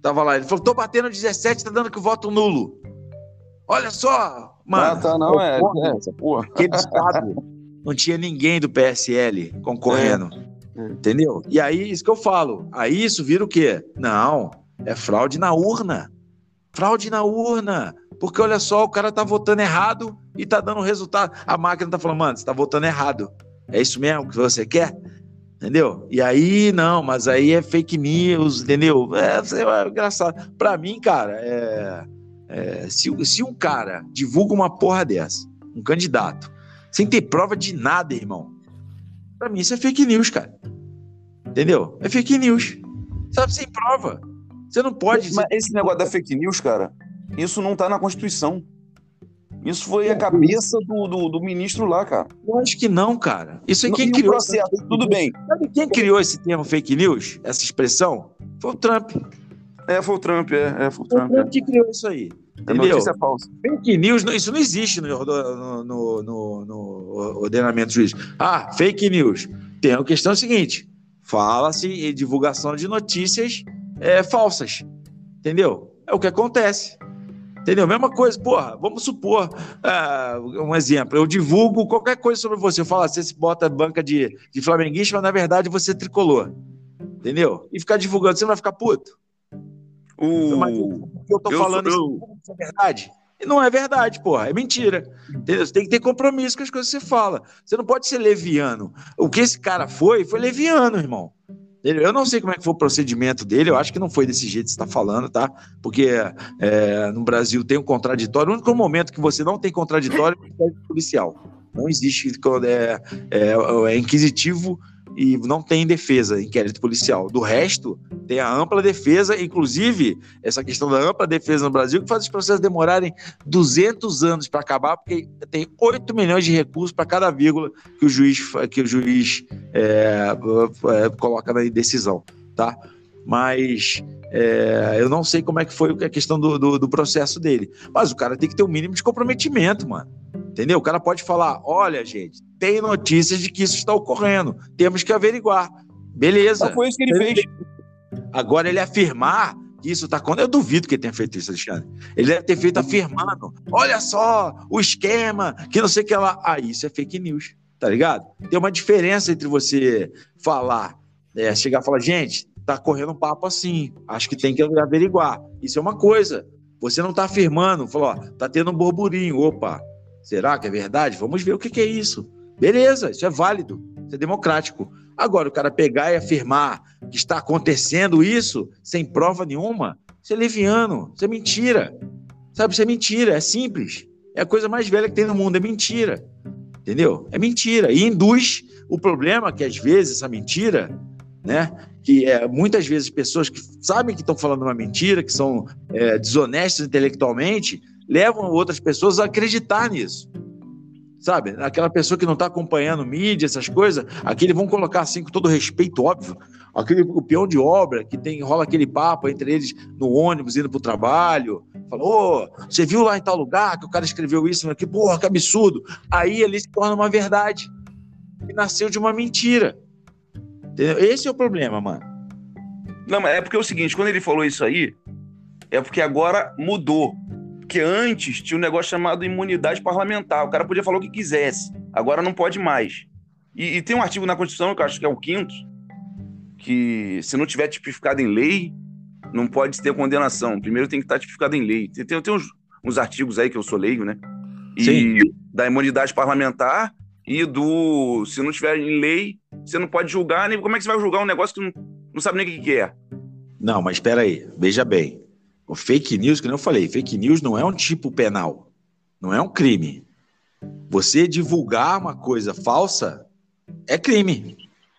Tava lá, ele falou, tô batendo dezessete, tá dando que voto nulo. Olha só, mano. Ah, tá, não, é, porra, é essa porra. aquele estado não tinha ninguém do P S L concorrendo, é. entendeu? E aí, isso que eu falo, aí isso vira o quê? Não, é fraude na urna. Fraude na urna. Porque olha só, o cara tá votando errado e tá dando resultado. A máquina tá falando, mano, você tá votando errado. É isso mesmo que você quer? Entendeu? E aí, não, mas aí é fake news, entendeu? É, é engraçado. Pra mim, cara, é, é, se, se um cara divulga uma porra dessa, um candidato, sem ter prova de nada, irmão, pra mim isso é fake news, cara. Entendeu? É fake news. Sabe, sem prova. Você não pode... Mas esse negócio da fake news, cara, isso não tá na Constituição. Isso foi a cabeça do, do, do ministro lá, cara. Eu acho que não, cara. Isso é quem e criou. O processo, tudo bem. Sabe quem criou esse termo fake news? Essa expressão? Foi o Trump. É, foi o Trump, é. é foi o Foi Trump, o Trump é. que criou isso aí. É Entendeu? notícia falsa. Fake news, isso não existe no, no, no, no, no ordenamento jurídico. Ah, fake news. Tem a questão seguinte: fala-se em divulgação de notícias é, falsas. Entendeu? É o que acontece. Entendeu? Mesma coisa, porra, vamos supor, uh, um exemplo, eu divulgo qualquer coisa sobre você, eu falo, você se bota banca de, de flamenguista, mas na verdade você é tricolor, entendeu? E ficar divulgando, você não vai ficar puto? O... Mas o que eu tô eu falando, sou, eu... isso é verdade? E não é verdade, porra, é mentira, entendeu? Você tem que ter compromisso com as coisas que você fala, você não pode ser leviano. O que esse cara foi, foi leviano, irmão. Eu não sei como é que foi o procedimento dele, eu acho que não foi desse jeito que você está falando, tá? Porque é, no Brasil tem um contraditório, o único momento que você não tem contraditório é o policial. Não existe, é, é, é inquisitivo e não tem defesa, inquérito policial. Do resto, tem a ampla defesa, inclusive, essa questão da ampla defesa no Brasil, que faz os processos demorarem duzentos anos para acabar, porque tem oito milhões de recursos para cada vírgula que o juiz, que o juiz é, é, coloca na decisão, tá? Mas é, eu não sei como é que foi a questão do, do, do processo dele. Mas o cara tem que ter um mínimo de comprometimento, mano. Entendeu? O cara pode falar, olha, gente, tem notícias de que isso está ocorrendo, temos que averiguar. Beleza. Não foi isso que ele fez. Agora, ele afirmar que isso está acontecendo, eu duvido que ele tenha feito isso, Alexandre. Ele deve ter feito afirmando, olha só, o esquema, que não sei o que lá. Ah, isso é fake news, tá ligado? Tem uma diferença entre você falar, é, chegar e falar, gente, tá correndo um papo assim, acho que tem que averiguar. Isso é uma coisa. Você não tá afirmando, falou, ó, tá tendo um burburinho, opa, será que é verdade? Vamos ver o que, que é isso. Beleza, isso é válido, isso é democrático. Agora, o cara pegar e afirmar que está acontecendo isso sem prova nenhuma, isso é leviano, isso é mentira. Sabe, isso é mentira, é simples. É a coisa mais velha que tem no mundo, é mentira. Entendeu? É mentira. E induz o problema que, às vezes, essa mentira, né, que é, muitas vezes pessoas que sabem que estão falando uma mentira, que são é, desonestas intelectualmente, levam outras pessoas a acreditar nisso. Sabe? Aquela pessoa que não está acompanhando mídia, essas coisas, aqui eles vão colocar assim, com todo respeito, óbvio, aquele, o peão de obra, que tem, rola aquele papo entre eles no ônibus, indo para o trabalho, falou, oh, você viu lá em tal lugar que o cara escreveu isso aqui? Porra, que absurdo. Aí ele se torna uma verdade, que nasceu de uma mentira. Entendeu? Esse é o problema, mano. Não, mas é porque é o seguinte, quando ele falou isso aí, é porque agora mudou. Porque antes tinha um negócio chamado imunidade parlamentar. O cara podia falar o que quisesse. Agora não pode mais. E, e tem um artigo na Constituição, que eu acho que é o quinto, que se não tiver tipificado em lei, não pode ter condenação. Primeiro tem que estar tipificado em lei. Tem, tem, tem uns, uns artigos aí que eu sou leigo, né? E Sim. Da imunidade parlamentar e do... Se não tiver em lei, você não pode julgar. Nem, como é que você vai julgar um negócio que não, não sabe nem o que, que é? Não, mas espera aí. Veja bem. O fake news, que eu falei, fake news não é um tipo penal, não é um crime. Você divulgar uma coisa falsa é crime.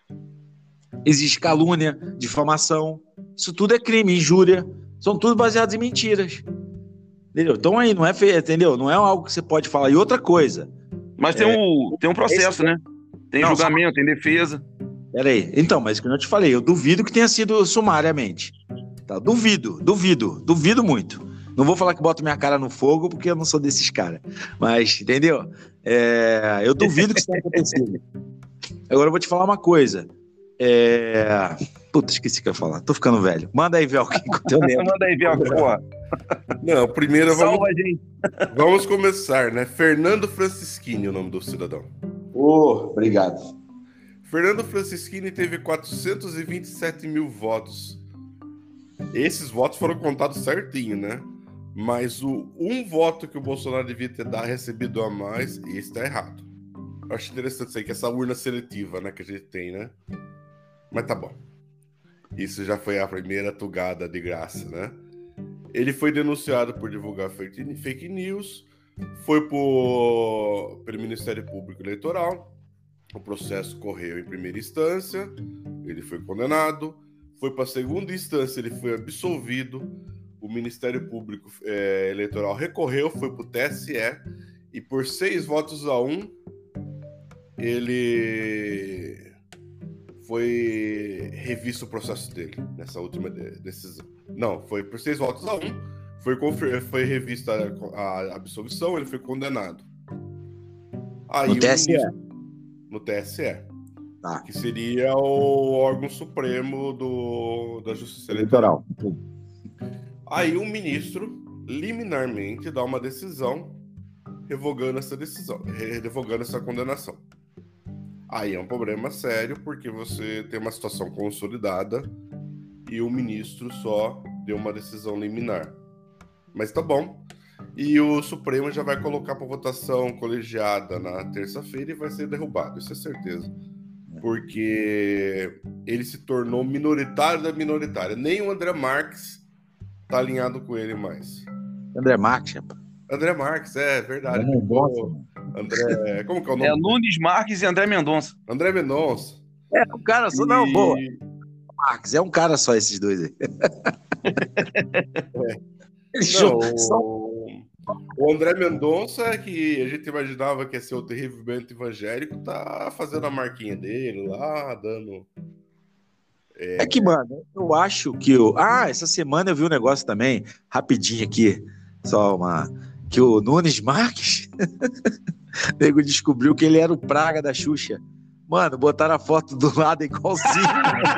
Existe calúnia, difamação, isso tudo é crime, injúria, são tudo baseados em mentiras. Entendeu? Então aí não é feio, entendeu? Não é algo que você pode falar. E outra coisa. Mas tem, é, um, tem um processo, esse... né? Tem não, julgamento, só... tem defesa. Peraí, então, mas como eu te falei, eu duvido que tenha sido sumariamente. Tá, duvido, duvido, duvido muito. Não vou falar que boto minha cara no fogo, porque eu não sou desses caras. Mas, entendeu? É, eu duvido que isso tenha acontecido. Agora eu vou te falar uma coisa. É... Puta, esqueci o que eu ia falar. Tô ficando velho. Manda aí, Velk, enquanto eu lembro. Manda aí, Velk, porra. Não, primeiro vamos, Salva a gente. vamos começar, né? Fernando Francischini, o nome do cidadão. Oh, obrigado. Fernando Francischini teve quatrocentos e vinte e sete mil votos. Esses votos foram contados certinho, né? Mas o um voto que o Bolsonaro devia ter dado, recebido a mais, esse tá errado. Eu acho interessante isso aí, que essa urna seletiva, né, que a gente tem, né? Mas tá bom. Isso já foi a primeira tugada de graça, né? Ele foi denunciado por divulgar fake news, foi por, pelo Ministério Público Eleitoral, o processo correu em primeira instância, ele foi condenado, foi para a segunda instância, ele foi absolvido, o Ministério Público é, Eleitoral recorreu, foi para o T S E, e por seis votos a um, ele foi revisto o processo dele, nessa última decisão. Não, foi por seis votos a um, foi, confer... foi revista a, a absolvição, ele foi condenado. Aí, no T S E? Ministro... No T S E. Tá. Que seria o órgão supremo do... da Justiça Eleitoral. Eleitoral. Aí o ministro, liminarmente, dá uma decisão revogando essa decisão, revogando essa condenação. Aí é um problema sério, porque você tem uma situação consolidada e o ministro só deu uma decisão liminar. Mas tá bom. E o Supremo já vai colocar para votação colegiada na terça-feira e vai ser derrubado, isso é certeza. Porque ele se tornou minoritário da minoritária. Nem o André Marques tá alinhado com ele mais. André Marques, rapaz. André Marques, é verdade. André Mendonça. André... Como que é o nome? É Nunes Marques e André Mendonça. André Mendonça. É um cara só, e... não, boa. Marques, é um cara só esses dois aí. É. Eles Não, são... o André Mendonça, que a gente imaginava que ia ser o terrivelmente evangélico, tá fazendo a marquinha dele lá, dando... É... é que, mano, eu acho que... o Ah, essa semana eu vi um negócio também, rapidinho aqui, só uma... Que o Nunes Marques, o nego descobriu que ele era o Praga da Xuxa. Mano, botaram a foto do lado igualzinho.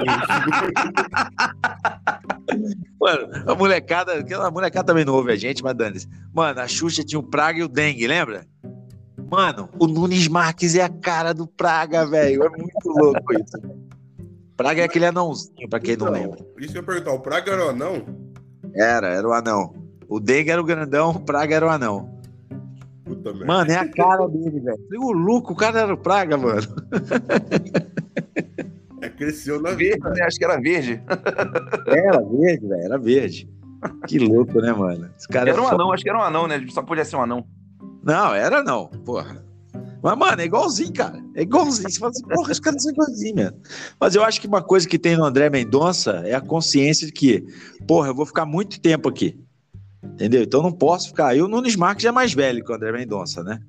Mano, a molecada, aquela molecada também não ouve a gente, mas dane-se. Mano, a Xuxa tinha o Praga e o Dengue, lembra? Mano, o Nunes Marques é a cara do Praga, velho. É muito louco isso. Praga é aquele anãozinho, pra quem então, não lembra. Isso que eu ia perguntar, o Praga era o anão? Era, era o anão. O Dengue era o grandão, o Praga era o anão. Puta merda. Mano, é a cara dele, velho. O Luco, o cara era o Praga, mano. É, cresceu na Verde, vida. né? Acho que era verde. Era verde, velho, era verde. Que louco, né, mano? Esse cara Era é um foda. anão, acho que era um anão, né? Só podia ser um anão. Não, era não, porra. Mas, mano, é igualzinho, cara. É igualzinho. Você fala assim, porra, os caras são igualzinhos, mesmo. Mas eu acho que uma coisa que tem no André Mendonça é a consciência de que, porra, eu vou ficar muito tempo aqui. Entendeu? Então não posso ficar. E o Nunes Marques já é mais velho que o André Mendonça, né?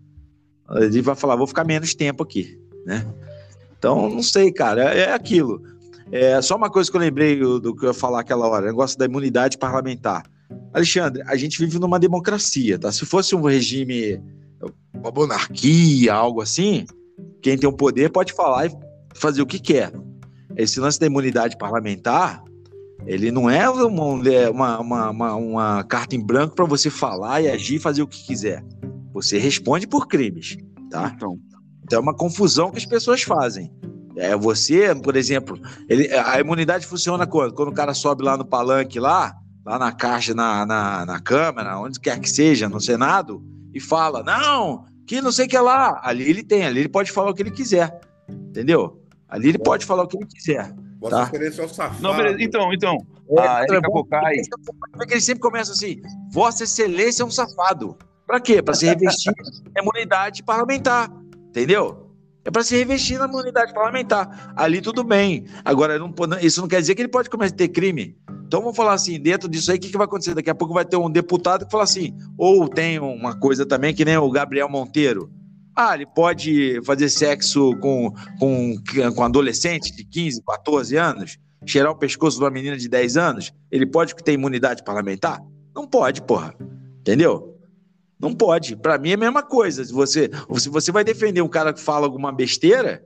Ele vai falar, vou ficar menos tempo aqui, né? Então, não sei, cara. É, é aquilo. É só uma coisa que eu lembrei do, do que eu ia falar aquela hora, o negócio da imunidade parlamentar. Alexandre, a gente vive numa democracia, tá? Se fosse um regime, uma monarquia, algo assim, quem tem o poder pode falar e fazer o que quer. Esse lance da imunidade parlamentar, ele não é uma, uma, uma, uma, uma carta em branco para você falar e agir e fazer o que quiser. Você responde por crimes, tá? Então, então é uma confusão que as pessoas fazem. É, você, por exemplo, ele, a imunidade funciona quando? Quando o cara sobe lá no palanque, lá, lá na caixa, na, na, na Câmara, onde quer que seja, no Senado, e fala, não, que não sei o que lá. Ali ele tem, ali ele pode falar o que ele quiser, entendeu? Ali ele pode falar o que ele quiser. Vossa tá? Excelência é o safado. Não, beleza. Então, então. É, a é Érica bom, Cocai. porque ele sempre começa assim, Vossa Excelência é um safado. Pra quê? Pra se revestir na imunidade parlamentar, entendeu? É pra se revestir na imunidade parlamentar. Ali tudo bem. Agora, não, isso não quer dizer que ele pode cometer crime. Então vamos falar assim, dentro disso aí, o que, que vai acontecer? Daqui a pouco vai ter um deputado que fala assim, ou tem uma coisa também que nem o Gabriel Monteiro. Ah, ele pode fazer sexo com, com, com adolescente de quinze, quatorze anos, cheirar o pescoço de uma menina de dez anos? Ele pode ter imunidade parlamentar? Não pode, porra. Entendeu? Não pode. Pra mim é a mesma coisa. Se você, se você vai defender um cara que fala alguma besteira,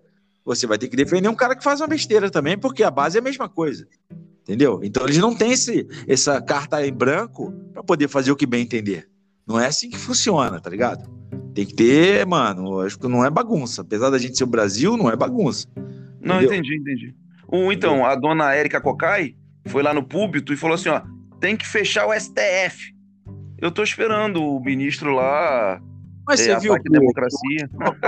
você vai ter que defender um cara que faz uma besteira também, porque a base é a mesma coisa. Entendeu? Então eles não têm esse, essa carta em branco para poder fazer o que bem entender. Não é assim que funciona, tá ligado? Tem que ter, mano, acho que não é bagunça. Apesar da gente ser o Brasil, não é bagunça. Não, entendeu? entendi, entendi. O, então, a dona Érica Cocai foi lá no púlpito e falou assim, ó, tem que fechar o S T F. Eu tô esperando o ministro lá... Mas é, você viu que democracia.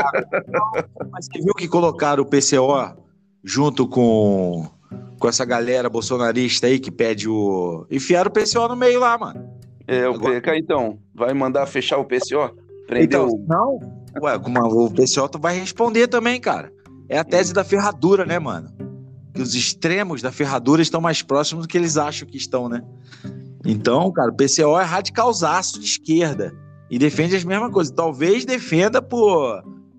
Mas você viu que colocaram o P C O junto com, com essa galera bolsonarista aí que pede o... Enfiaram o P C O no meio lá, mano. É, o Agora... P K, então, vai mandar fechar o P C O? Prendeu... Então, não... Ué, como o P C O tu vai responder também, cara. É a tese da ferradura, né, mano? Que os extremos da ferradura estão mais próximos do que eles acham que estão, né? Então, cara, o P C O é radicalzaço de esquerda e defende as mesmas coisas. Talvez defenda por,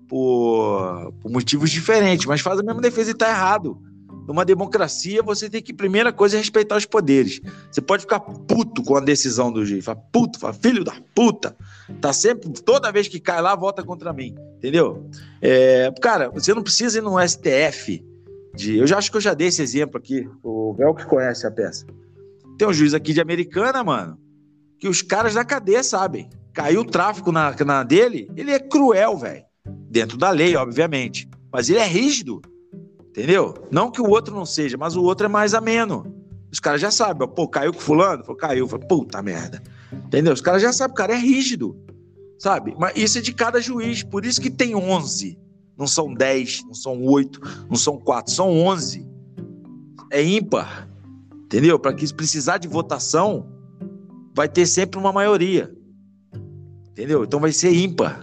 por, por motivos diferentes, mas faz a mesma defesa e tá errado. Numa democracia, você tem que, primeira coisa, é respeitar os poderes. Você pode ficar puto com a decisão do juiz. Fala, puto, fala, filho da puta. Tá sempre, toda vez que cai lá, vota contra mim. Entendeu? É, cara, você não precisa ir no S T F. De, eu já acho que eu já dei esse exemplo aqui. O Vel que conhece a peça. Tem um juiz aqui de Americana, mano, que os caras da cadeia sabem. Caiu o tráfico na, na dele, ele é cruel, velho. Dentro da lei, obviamente. Mas ele é rígido. Entendeu? Não que o outro não seja, mas o outro é mais ameno. Os caras já sabem. Pô, caiu com fulano? Falou, caiu. Falei, puta merda. Entendeu? Os caras já sabem. O cara é rígido. Sabe? Mas isso é de cada juiz. Por isso que tem onze. Não são dez, não são oito, não são quatro. São onze. É ímpar. Entendeu? Para que precisar de votação, vai ter sempre uma maioria. Entendeu? Então vai ser ímpar.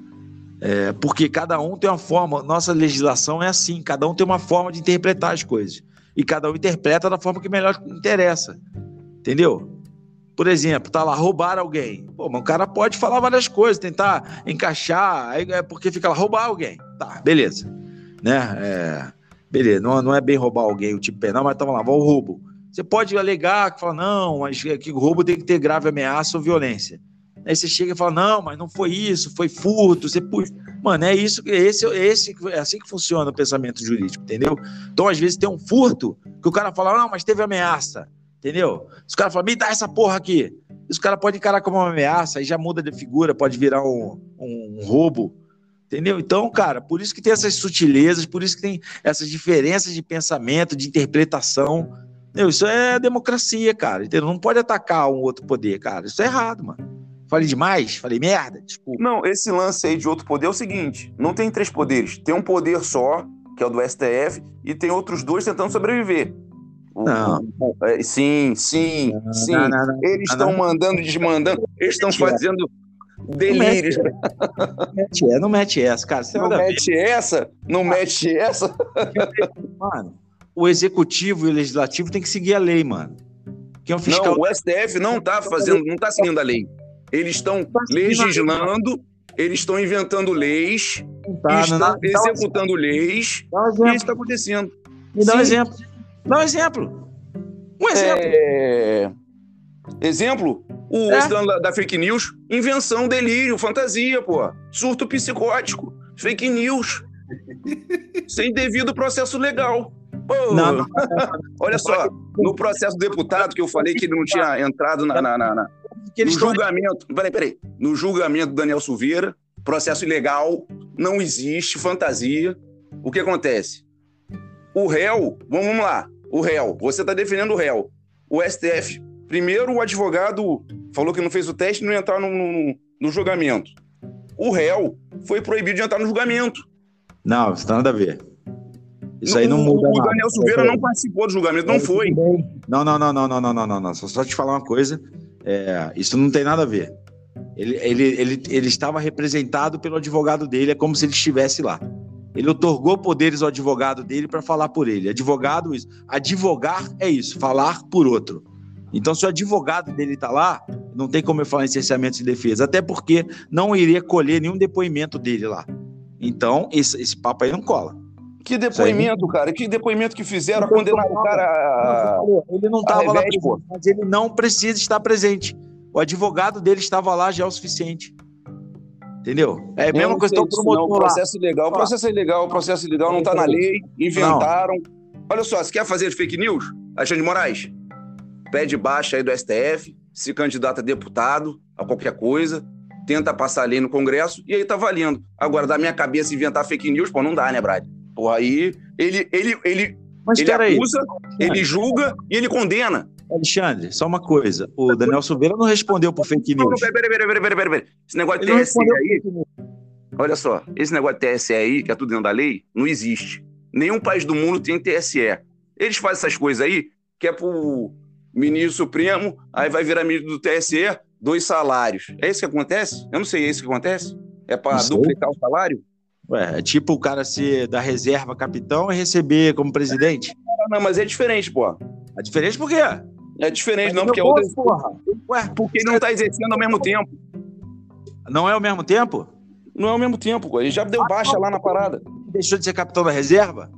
É, porque cada um tem uma forma, nossa legislação é assim, cada um tem uma forma de interpretar as coisas. E cada um interpreta da forma que melhor interessa. Entendeu? Por exemplo, tá lá, roubar alguém. Pô, mas o cara pode falar várias coisas, tentar encaixar, aí é porque fica lá, roubar alguém. Tá, beleza. Né? É, beleza, não, não é bem roubar alguém o tipo penal, mas tava lá, o roubo. Você pode alegar, que fala, não, mas que o roubo tem que ter grave ameaça ou violência. Aí você chega e fala, não, mas não foi isso, foi furto, você puxa. Mano, é isso, esse, esse, é assim que funciona o pensamento jurídico, entendeu? Então, às vezes, tem um furto que o cara fala, não, mas teve ameaça, entendeu? Se o cara fala, me dá essa porra aqui. Isso o cara pode encarar como uma ameaça, aí já muda de figura, pode virar um, um, um roubo, entendeu? Então, cara, por isso que tem essas sutilezas, por isso que tem essas diferenças de pensamento, de interpretação. Entendeu? Isso é democracia, cara, entendeu? Não pode atacar um outro poder, cara. Isso é errado, mano. Falei demais? Falei merda? Desculpa. Não, esse lance aí de outro poder é o seguinte, não tem três poderes, tem um poder só, que é o do S T F, e tem outros dois tentando sobreviver. O, não. O, é, sim, sim, não, sim. Não, não, não, eles estão mandando, desmandando, eles estão fazendo delírios. Não mete, é, não mete essa, cara. Não mete essa? Não mete essa? Mano, o executivo e o legislativo tem que seguir a lei, mano. Que é um fiscal... Não, o S T F não está fazendo, não está seguindo a lei. Eles estão legislando, eles estão inventando leis, tá, estão não, executando não, leis, e isso está acontecendo. Me dá Sim. um exemplo. Dá um exemplo. Um exemplo. É... Exemplo? O é. da, da fake news, invenção, delírio, fantasia, pô. Surto psicótico, fake news. Sem devido processo legal. Pô, não, não, não. Olha só, no processo do deputado que eu falei que não tinha entrado na... na, na, na no julgamento, peraí, peraí, no julgamento do Daniel Silveira, processo ilegal, não existe fantasia. O que acontece? O réu, vamos, vamos lá, o réu, você está defendendo o réu. O S T F, primeiro o advogado falou que não fez o teste e não ia entrar no, no, no julgamento. O réu foi proibido de entrar no julgamento. Não, isso não tem nada a ver. Isso no, aí não muda O nada. Daniel Silveira não participou do julgamento, não foi. Não, não, não, não, não, não, não, não, não. Só, só te falar uma coisa. É, isso não tem nada a ver. Ele, ele, ele, ele estava representado pelo advogado dele, é como se ele estivesse lá. Ele otorgou poderes ao advogado dele para falar por ele. Advogado, isso. Advogar é isso, falar por outro. Então, se o advogado dele está lá, não tem como eu falar em cerceamento de defesa, até porque não iria colher nenhum depoimento dele lá. Então, esse, esse papo aí não cola. Que depoimento, aí... cara? Que depoimento que fizeram a condenar o cara a... Ele não estava lá presente, mas ele não precisa estar presente. O advogado dele estava lá já é o suficiente. Entendeu? É a Eu mesma não coisa sei que o disso, não. promotor lá. Processo ilegal, processo ilegal, processo ilegal não tá na lei, inventaram. Olha só, se quer fazer fake news, Alexandre de Moraes, pede baixa aí do S T F, se candidata a deputado, a qualquer coisa, tenta passar a lei no Congresso e aí tá valendo. Agora, da minha cabeça, inventar fake news, pô, não dá, né, Brad? Porra, aí ele, ele, ele, Mas ele peraí. acusa, ele julga e ele condena. Alexandre, só uma coisa. O Daniel Silveira não respondeu por fake Não, não, news. peraí, peraí, peraí, peraí, peraí, peraí. Esse negócio de Ele não T S E respondeu aí, por fake news. olha só, esse negócio de T S E aí, que é tudo dentro da lei, não existe. Nenhum país do mundo tem T S E. Eles fazem essas coisas aí, que é pro ministro Supremo, aí vai virar ministro do T S E, dois salários. É isso que acontece? Eu não sei, é isso que acontece? É para duplicar o salário? Ué, é tipo o cara ser da reserva capitão e receber como presidente. Não, mas é diferente, pô. É diferente por quê? É diferente, Mas não, eu porque é gosto, outra... porra. Ué, Porque ele não tá exercendo ao mesmo tempo. não é ao mesmo tempo? Não é ao mesmo tempo, pô. Ele já deu baixa lá na parada. Deixou de ser capitão da reserva?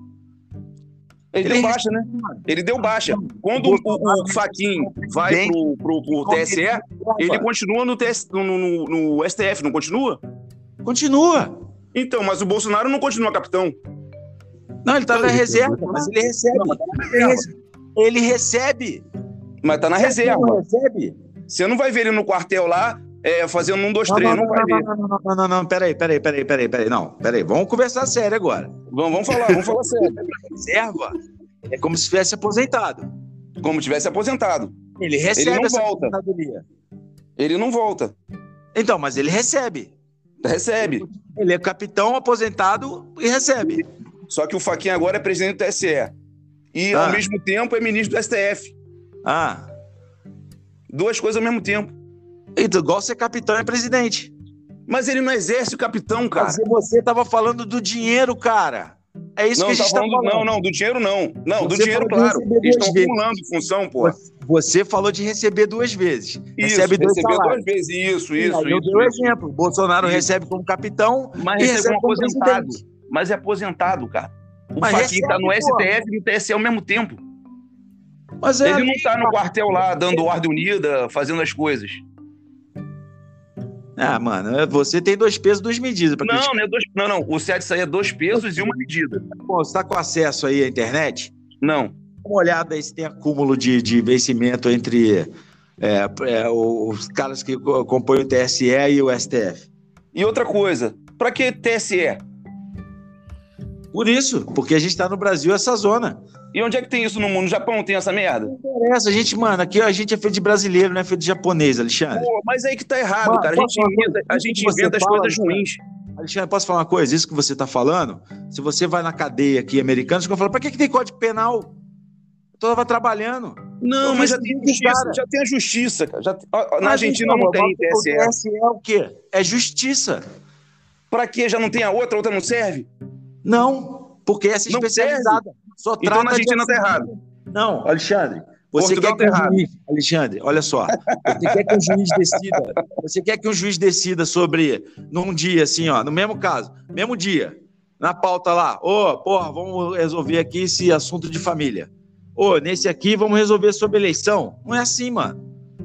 Ele, Ele deu baixa, né? Ele deu baixa. Quando o, o, o Fachin vai pro, pro, pro T S E, ele continua no, T S, no, no, no S T F, não continua? Continua. Então, mas o Bolsonaro não continua capitão. Não, ele tá na reserva, mas ele recebe. Não, mas tá na Ele reserva. recebe. Ele recebe. Mas tá na Ele reserva. não recebe? Você não vai ver ele no quartel lá, é, fazendo um, dois, três, não, vai ver. Não, não, não, não, não, não, peraí, peraí, peraí, peraí, peraí, não, peraí, vamos conversar sério agora. Vamos, vamos falar, vamos falar sério. Reserva é como se tivesse aposentado. Como tivesse aposentado. Ele recebe Ele não essa volta. aposentadoria. Ele não volta. Então, mas ele recebe. Recebe. Ele é capitão aposentado e recebe. Só que o Fachin agora é presidente do T S E. E, Ah. ao mesmo tempo, é ministro do S T F. Ah, Duas coisas ao mesmo tempo. então, igual ser capitão e presidente. Mas ele não exerce o capitão, cara. Mas você tava falando do dinheiro, cara. É isso Não, que a tá gente tá falando, falando. não, não, do dinheiro não. Não, do Você dinheiro, falou de claro. receber Eles duas estão vezes. acumulando função, pô. Você falou de receber duas vezes. Isso, recebe dois receber salários. duas vezes. Isso, E isso, aí eu isso. dei um isso. exemplo. Bolsonaro Isso. recebe como capitão Mas e recebe recebe como como aposentado. presidente. Mas é aposentado, cara. O Mas Fachin tá recebe, no S T F porra. e no T S E ao mesmo tempo. Mas é Ele não ali, tá no cara. quartel lá, dando ordem unida, fazendo as coisas. Ah, mano, você tem dois pesos, duas medidas pra Não, criticar. não, é dois, não, não. O certo disso aí é dois pesos e uma medida. Pô, você tá com acesso aí à internet? Não. Dá uma olhada aí se tem acúmulo de, de vencimento entre é, é, os caras que co- compõem o T S E e o S T F. E outra coisa, pra que T S E? Por isso, porque a gente tá no Brasil, essa zona. E onde é que tem isso no mundo? No Japão tem essa merda? Não interessa, a gente, mano, aqui a gente é feito de brasileiro, não é feito de japonês, Alexandre. Pô, mas aí que tá errado, Mano, cara. A posso gente falar uma inventa, coisa? a Isso gente que você inventa as fala, coisas cara. ruins. Alexandre, posso falar uma coisa? Isso que você tá falando, se você vai na cadeia aqui americana, você vai falar, pra que, que tem código penal? Eu tava trabalhando. Não, Eu mas já recebi tem do justiça, cara. já tem a justiça, cara. Já- ó, ó, na Mas Argentina então, não tem mas T S E. O T S E é o quê? É justiça. Pra quê? Já não tem a outra, a outra não serve? Não, porque essa é Não especializada. Só Então trata na de Argentina tá assunto. errado. Não, Alexandre, você Portugal quer que tá um errado. juiz... Alexandre, olha só. Você quer que um juiz decida... Você quer que um juiz decida sobre... Num dia, assim, ó, no mesmo caso, mesmo dia, na pauta lá, ô, porra, vamos resolver aqui esse assunto de família. Ô, nesse aqui, vamos resolver sobre eleição. Não é assim, mano.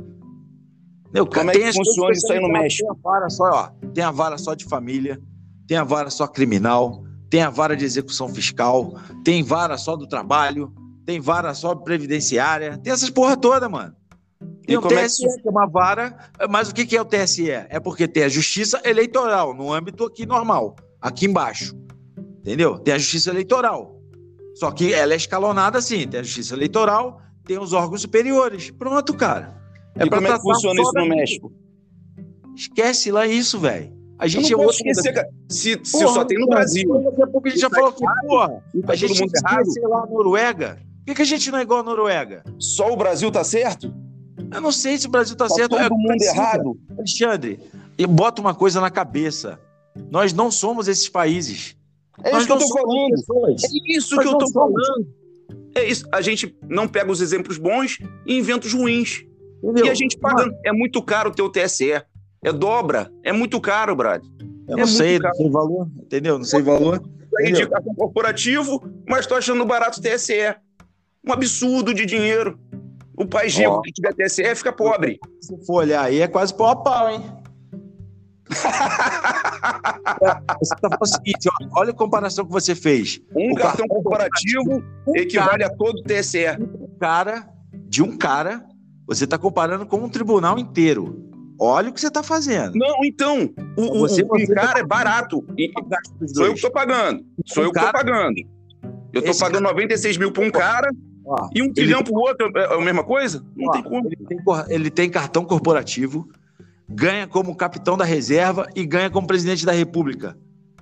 Meu, Como é tem que as funciona coisas isso aí no especializadas. México? Tem a vara só, ó, tem a vara só de família, tem a vara só criminal, tem a vara de execução fiscal, tem vara só do trabalho, tem vara só previdenciária, tem essas porra toda, mano. Tem E o como é que T S E, que é uma vara, mas o que que é o T S E? É porque tem a justiça eleitoral, no âmbito aqui normal, aqui embaixo, entendeu? Tem a justiça eleitoral, só que ela é escalonada assim, tem a justiça eleitoral, tem os órgãos superiores, pronto, cara. E pra como é que tratar funciona só isso no daquilo. México? Esquece lá isso, velho. A Eu gente não é posso outro... esquecer, cara. Se, se Porra, só tem no cara, Brasil, Daqui a pouco a gente já tá falou que, porra, e tá a gente todo mundo devia errado, ser lá a Noruega. Por que, que a gente não é igual a Noruega? só o Brasil tá certo? Eu não sei se o Brasil tá, Tá certo. todo É, mundo precisa. errado? Alexandre, e bota uma coisa na cabeça. Nós não somos esses países. É Nós isso que eu não tô somos falando. pessoas. É isso Nós que eu não tô somos. falando. É isso. A gente não pega os exemplos bons e inventa os ruins. Entendeu? E a gente paga. É muito caro ter o T S E. É dobra. É muito caro, Brad. Eu é não muito sei, caro. não sei valor. Entendeu? Não sei valor. É Entendeu? indicação corporativo, mas tô achando barato o T S E. Um absurdo de dinheiro. O país rico Ó. que tiver T S E fica pobre. Se for olhar aí, é quase pau a pau, hein? Você tá falando o seguinte, ó, olha a comparação que você fez. Um O cartão corporativo um equivale cara, a todo o T S E. um cara, de um cara, você está comparando com um tribunal inteiro. Olha o que você está fazendo. Não, então, o, Você- o, você um cara tá- é barato. E- Os Sou eu dois. que tô pagando. Sou Um eu que tô cara- pagando. Eu tô Esse pagando noventa e seis mil para um cara Ó, e um ele trilhão pro outro. É é a mesma coisa? Não Ó, tem como. Ele tem, cor- ele tem cartão corporativo, ganha como capitão da reserva e ganha como presidente da república.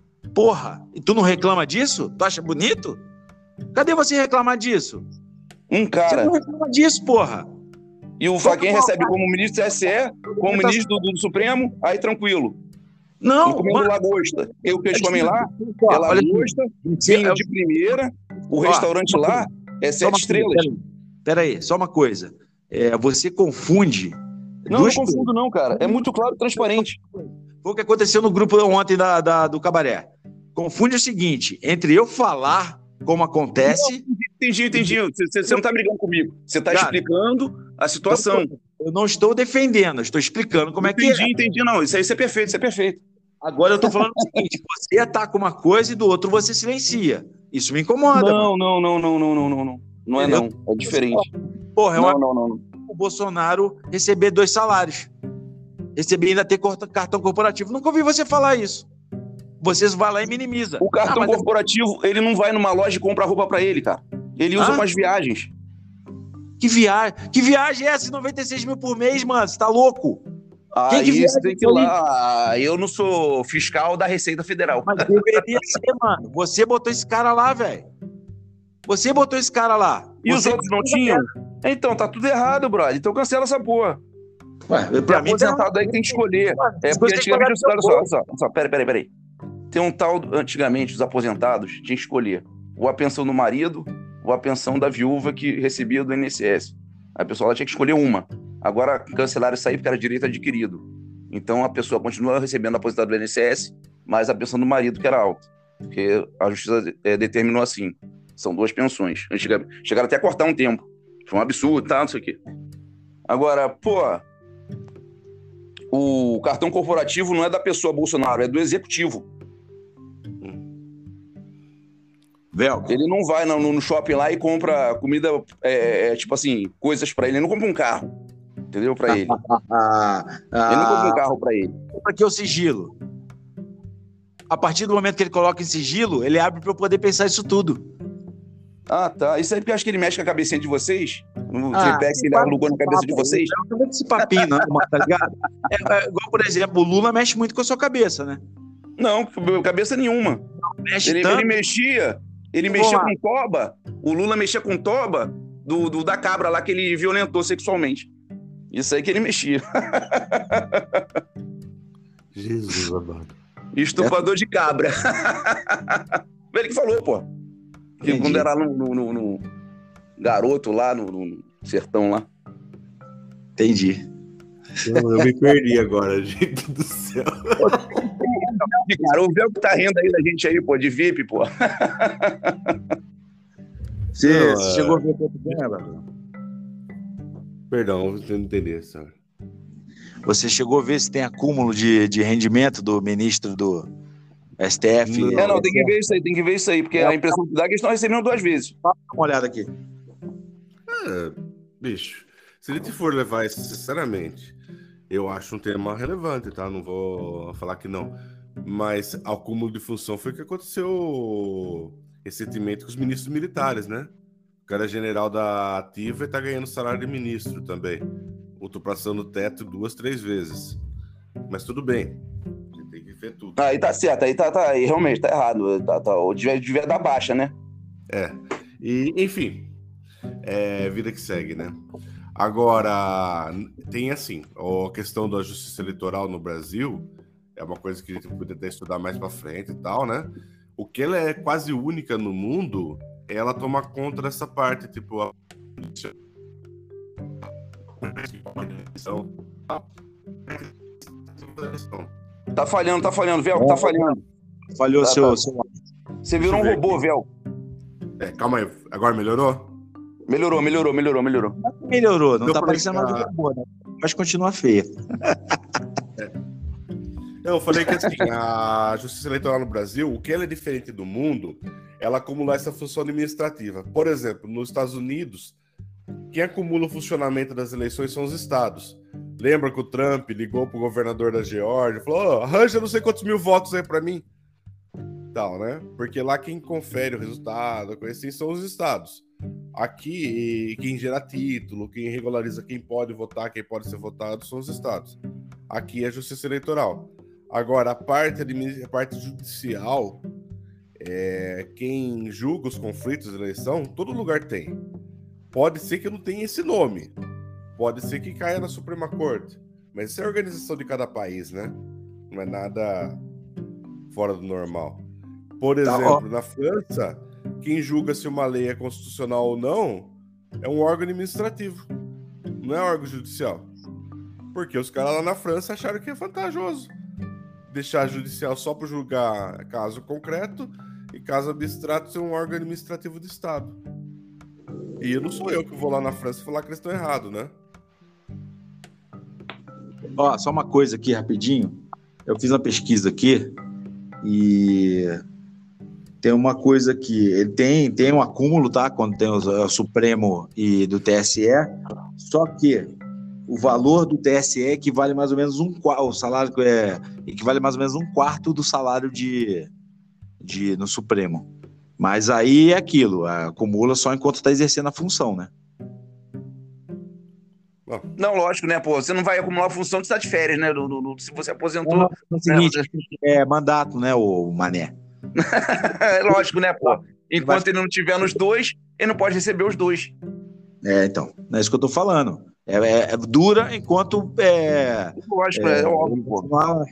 Porra, e tu não reclama disso? Tu acha bonito? Cadê você reclamar disso? Um Você cara. não reclama disso, porra. E o Fachin recebe como ministro do T S E, como ministro do, do Supremo, aí tranquilo. Não, Comendo mano, lagosta. E o que eles comem lá ó, é olha aqui. lagosta, Você- vinho de primeira. O Ó, restaurante uma lá é só sete uma estrelas. coisa, Pera aí, só uma coisa. É, você confunde. Não, não duas confundo não, cara. É muito claro e transparente. Foi o que aconteceu no grupo ontem da, da- do Cabaré. Confunde o seguinte, entre eu falar como acontece, Entendi, entendi. Você, você- você não tá brigando comigo. Você tá Cara, explicando a situação. eu não estou defendendo, eu estou explicando como é que Entendi, é. entendi. Não, isso aí isso é perfeito, isso é perfeito. Agora eu estou falando o seguinte, você ataca uma coisa e do outro você silencia. Isso me incomoda, mano. Não, não, não, não, não, não, não, não. Não é não. É diferente. Porra, é Não, uma não, não. não. o Bolsonaro receber dois salários. Receber e ainda ter corta- cartão corporativo. Nunca ouvi você falar isso. Vocês vão lá e minimiza. O cartão Ah, mas- corporativo, ele não vai numa loja e compra roupa pra ele, cara. Ele usa Hã? com as viagens. Que viagem. Que viagem é essa? noventa e seis mil por mês, mano. Você tá louco? Quem Aí que viaja você tem que ir isso aí? lá. Eu não sou fiscal da Receita Federal. Mas deveria ser, mano. Você botou esse cara lá, velho. Você botou esse cara lá. E os Você- outros não tinham? Então, tá tudo errado, brother. Então cancela essa porra. Ué, Tem pra mim, tá... aposentado aí que tem que escolher. Mano, É você porque tem que pagar antigamente, do olha seu só, olha bolso. só, olha só, peraí, peraí, peraí. Tem um tal, antigamente, os aposentados tinham que escolher ou a pensão do marido ou a pensão da viúva que recebia do I N S S. A pessoa ela tinha que escolher uma. Agora cancelaram isso aí porque era direito adquirido. Então a pessoa continua recebendo a aposentadoria do I N S S, mas a pensão do marido que era alta. Porque a justiça é, determinou assim. São duas pensões. Antigamente, chegaram até a cortar um tempo. Foi um absurdo, tá? Não sei o quê. Agora, pô, o cartão corporativo não é da pessoa Bolsonaro, é do executivo. Velcro. Ele não vai no, no shopping lá e compra comida, é, é, tipo assim, coisas pra ele. Ele não compra um carro, entendeu? Pra ele. Ah, Ele não compra um ah, carro pra ele. pra que o sigilo? A partir do momento que ele coloca em sigilo, ele abre pra eu poder pensar isso tudo. Ah, tá. Isso aí porque eu acho que ele mexe com a cabecinha de vocês. No Ah, tripé que ele alugou na cabeça de vocês. Não tem esse papinho, não, mano, tá ligado? É, é igual, por exemplo, o Lula mexe muito com a sua cabeça, né? Não, cabeça nenhuma. Mexe Ele, tanto. ele mexia, ele Vamos mexia lá. com toba. O Lula mexia com toba do, do- da cabra lá que ele violentou sexualmente. Isso aí que ele mexia. Jesus amado. Estuprador de cabra. Ele que falou, pô. Que Entendi. quando era no, no- no- no garoto lá no, no sertão lá. Entendi. Eu, eu me perdi agora, gente do céu. Cara, o Velho que tá rindo aí da gente aí, pô, de V I P, pô. Você, Não, você é- chegou a ver quanto ganha, Gabriel? Perdão, você não entendeu, sabe? Você chegou a ver se tem acúmulo de, de rendimento do ministro do S T F? Não. É, não, tem que ver isso aí, tem que ver isso aí, porque a impressão que dá é que eles estão recebendo duas vezes. Dá uma olhada aqui. É, bicho, se a gente for levar isso sinceramente, eu acho um tema relevante, tá? Não vou falar que não. Mas acúmulo de função foi o que aconteceu recentemente com os ministros militares, né? O cara é general da ativa e tá ganhando salário de ministro também. Ultrapassando o teto duas, três vezes. Mas tudo bem. A gente tem que ver tudo. Aí tá certo, aí tá, tá aí realmente tá errado. Tá, tá, ou devia, devia dar baixa, né? É. E, enfim, é vida que segue, né? Agora, tem assim, a questão da justiça eleitoral no Brasil é uma coisa que a gente poderia até estudar mais pra frente e tal, né? O que ela é quase única no mundo é ela tomar conta dessa parte, tipo, a... Tá falhando, tá falhando, Velho, tá falhando. Falhou Tá, seu, tá. seu. Você virou um Deixa eu ver robô, aqui. Velho. É, calma aí, agora melhorou? Melhorou, melhorou, melhorou, melhorou. Melhorou, não Deu tá pra parecendo ligar. mais de boa, né? Mas continua feia. Não, eu falei que assim, a Justiça Eleitoral no Brasil, o que ela é diferente do mundo, ela acumula essa função administrativa. Por exemplo, nos Estados Unidos, quem acumula o funcionamento das eleições são os estados. Lembra que o Trump ligou pro governador da Geórgia e falou: oh, arranja não sei quantos mil votos aí pra mim? Tal, né? Porque lá quem confere o resultado, coisa assim, são os estados. Aqui, quem gera título, quem regulariza quem pode votar, quem pode ser votado, são os estados. Aqui é a Justiça Eleitoral. Agora, a parte, a parte judicial, é, quem julga os conflitos de eleição, todo lugar tem. Pode ser que não tenha esse nome. Pode ser que caia na Suprema Corte. Mas isso é a organização de cada país, né? Não é nada fora do normal. Por exemplo, na França, quem julga se uma lei é constitucional ou não é um órgão administrativo. Não é órgão judicial. Porque os caras lá na França acharam que é vantajoso deixar judicial só para julgar caso concreto e caso abstrato ser um órgão administrativo do Estado. E não sou eu que vou lá na França falar que eles estão errados, né? Ó, só uma coisa aqui, rapidinho. Eu fiz uma pesquisa aqui e tem uma coisa aqui. Ele tem, tem um acúmulo, tá? Quando tem o, o Supremo e do T S E. Só que o valor do T S E equivale mais ou menos um quarto. O salário é, equivale mais ou menos um quarto do salário de, de, no Supremo. Mas aí é aquilo, acumula só enquanto está exercendo a função, né? Não, lógico, né, pô? Você não vai acumular a função de estar de férias, né? No, no, no, se você aposentou. Não, é o seguinte, né? É mandato, né, o Mané? É lógico, né, pô? Enquanto ele não tiver nos dois, ele não pode receber os dois. É, então, não é isso que eu tô falando. É, é, é dura enquanto. É, lógico, é, é óbvio, pô. Não,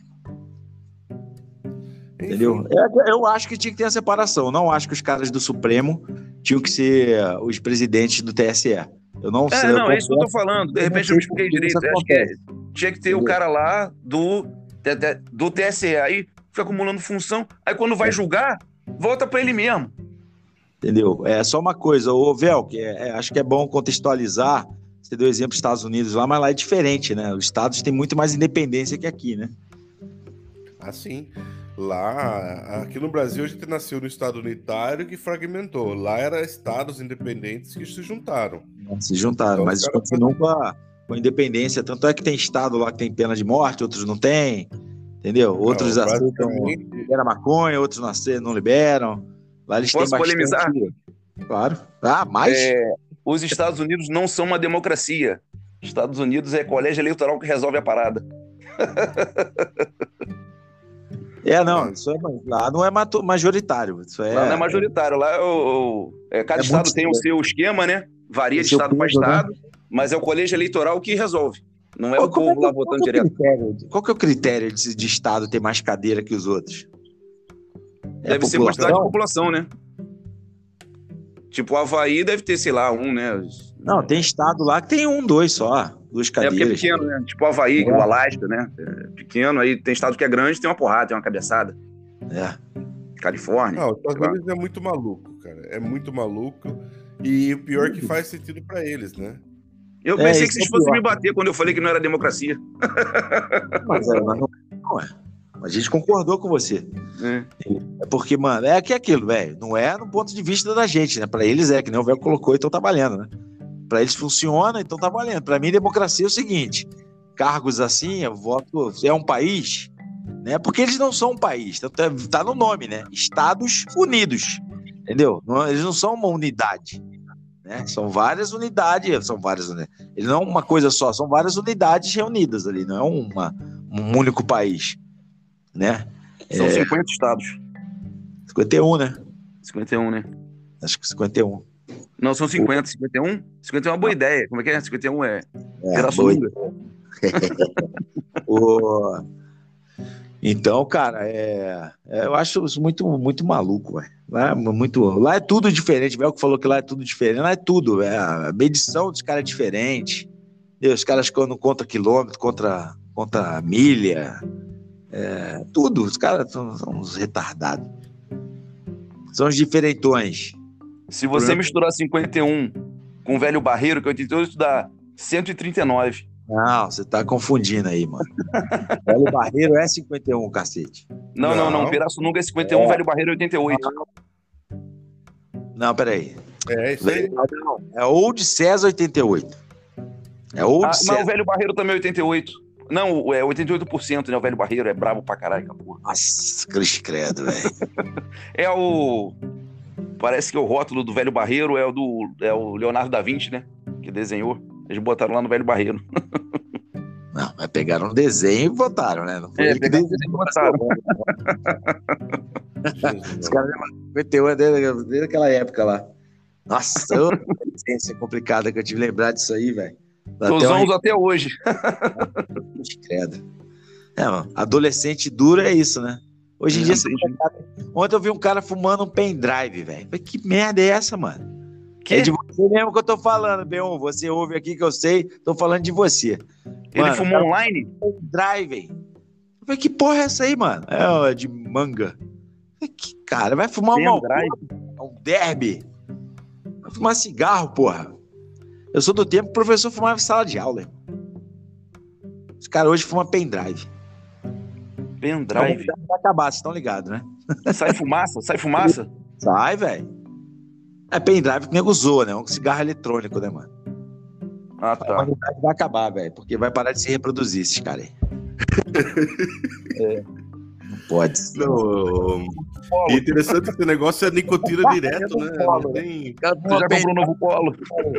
entendeu? É, eu acho que tinha que ter a separação. Não acho que os caras do Supremo tinham que ser os presidentes do T S E. Eu não é, sei. Não, é isso que eu tô falando. De repente eu me expliquei direito. Acho que é, tinha que ter entendeu? O cara lá do, do T S E. Aí fica acumulando função. Aí quando vai é. julgar, volta para ele mesmo. Entendeu? É só uma coisa, ô Vel, que é, é, acho que é bom contextualizar. Você deu exemplo dos Estados Unidos lá, mas lá é diferente, né? Os estados têm muito mais independência que aqui, né? Ah, sim. Lá, aqui no Brasil, a gente nasceu no Estado unitário que fragmentou. Lá eram estados independentes que se juntaram. Se juntaram, então, mas continuam com a, com a independência. Tanto é que tem estado lá que tem pena de morte, outros não tem, entendeu? Outros não, aceitam libera maconha, outros não, aceitam, não liberam. Lá eles Posso têm bastante... polemizar? Claro. Ah, mais? É, os Estados Unidos não são uma democracia. Estados Unidos é colégio eleitoral que resolve a parada. É, não, isso é, lá não é majoritário. Isso é, lá não é majoritário, lá é o, é, cada é estado tem o seu esquema, né? Varia de estado para estado, né? Mas é o colégio eleitoral que resolve. Não é qual, o povo é que, lá votando direto. Critério, qual que é o critério de, de estado ter mais cadeira que os outros? É deve ser quantidade de população, né? Tipo, o Havaí deve ter, sei lá, um, né? Não, tem estado lá que tem um, dois só. Duas cadeiras. É porque é pequeno, né? Tipo o Havaí, é. O Alasca, né? É pequeno, aí tem estado que é grande, tem uma porrada, tem uma cabeçada. É. Califórnia. Não, os Estados Unidos é muito maluco, cara. É muito maluco. E o pior é que faz sentido pra eles, né? Eu pensei é, que vocês é fossem me bater quando eu falei que não era democracia. Mas, é, mas não, não é. A gente concordou com você. É. é porque, mano, é que é aquilo, velho. Não é no ponto de vista da gente, né? Pra eles é, que nem o velho colocou, então tá valendo, né? Pra eles funciona, então tá valendo. Pra mim, democracia é o seguinte: cargos assim, eu voto. É um país, né? Porque eles não são um país. Tá no nome, né? Estados Unidos. Entendeu? Eles não são uma unidade. Né? São várias unidades. São várias unidades. Ele não é uma coisa só, são várias unidades reunidas ali. Não é uma, um único país. Né? São é... cinquenta estados. cinquenta e um, né? cinquenta e um, né? Acho que cinquenta e um. Não, são cinquenta. cinquenta e um? cinquenta e um é uma boa ideia. Como é que é? cinquenta e um é... É, boa o... Então, cara, é... é... eu acho isso muito, muito maluco, velho. Lá, é muito... lá é tudo diferente. O Velho que falou que lá é tudo diferente. Lá é tudo, véio. A medição dos caras é diferente. Os caras quando contra quilômetro, contra, contra milha... É, tudo, os caras são, são uns retardados. São os diferentões. Se você misturar cinquenta e um com o velho Barreiro, que é oitenta e oito, dá cento e trinta e nove. Não, você tá confundindo aí, mano. Velho Barreiro é cinquenta e um, cacete. Não, não, não. Não. Pirassununga é cinquenta e um, É. Velho Barreiro é oitenta e oito. Não, peraí. É isso aí. É Old César oitenta e oito. É Old Ah, mas César. o Velho Barreiro também é oitenta e oito. Não, é oitenta e oito por cento, né? O Velho Barreiro é brabo pra caralho, aquela porra. Nossa, Cruz credo, velho. É o... Parece que o rótulo do Velho Barreiro é o do é o Leonardo da Vinci, né? Que desenhou. Eles botaram lá no Velho Barreiro. Não, mas pegaram um desenho e botaram, né? Não foi É, ele que pegaram desenhou. o desenho e botaram. Os caras cinquenta e um é desde, desde aquela época lá. Nossa, ô, experiência complicada que eu tive que lembrar disso aí, velho. Dá Nós até um vamos até hoje. Cruz credo. É, mano, adolescente duro é isso, né? Hoje em É, dia, entendi. você... ontem eu vi um cara fumando um pendrive, velho. Falei, que merda é essa, mano? Que? É de você mesmo que eu tô falando, B um. Você ouve aqui que eu sei, tô falando de você. Ele Mano, fumou cara, online? pendrive. Eu falei, que porra é essa aí, mano? É ó, de manga. Eu falei, que cara, vai fumar uma, Pendrive? um derby? Vai fumar cigarro, porra. Eu sou do tempo que o professor fumava em sala de aula. Irmão. Os caras hoje fumam pendrive. Pendrive. Então, vai acabar, vocês estão ligados, né? Sai fumaça? Sai fumaça? Sai, velho. É pendrive que o nego usou, né? Um cigarro eletrônico, né, mano? Ah, A tá. humanidade vai acabar, velho, porque vai parar de se reproduzir esses caras aí. É. Não pode ser. Não, e interessante que esse negócio é nicotina direto, né? Não tem... Você já comprou um novo Polo?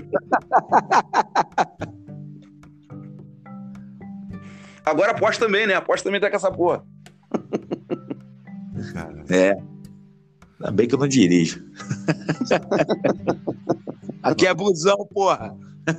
Agora a Porsche também, né? A Porsche também tá com essa porra. Cara, É. Ainda bem que eu não dirijo. Aqui é busão, porra.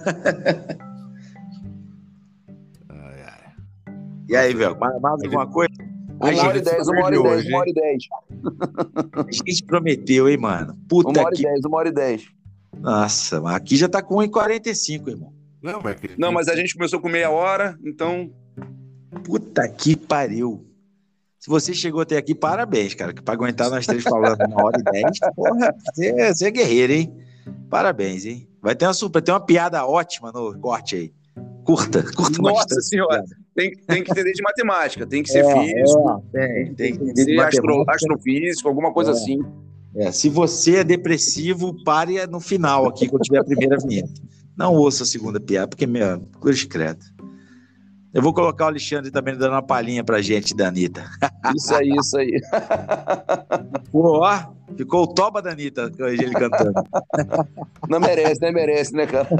ai, ai. E aí, velho? Mais, mais alguma coisa? A Uma hora e gente, dez, uma hora e dez, hoje, uma hora e dez. a gente prometeu, hein, mano? Puta Uma hora e que... dez, uma hora e dez. Nossa, mas aqui já tá com um e quarenta e cinco, irmão. Não, mas... que- Não, mas a gente começou com meia hora, então... Puta que pariu. Se você chegou até aqui, parabéns, cara. Que pra aguentar nós três falando uma hora e dez, porra, você, você é guerreiro, hein? Parabéns, hein? Vai ter uma surpresa, tem uma piada ótima no corte aí. Curta, curta Nossa bastante. senhora. Tem, tem que entender de matemática, tem que ser É, físico, é, tem, tem que tem que entender de ser astro, matemática. astrofísico, alguma coisa É. assim. É, se você é depressivo, pare no final aqui, quando tiver a primeira vinheta. Não ouça a segunda piada, porque, meu, cruz credo. Eu vou colocar o Alexandre também dando uma palhinha pra gente da Anitta. Isso aí, isso aí. Pô, ó, ficou o toba da Anitta, hoje ele cantando. Não merece, né? Merece, né, cara?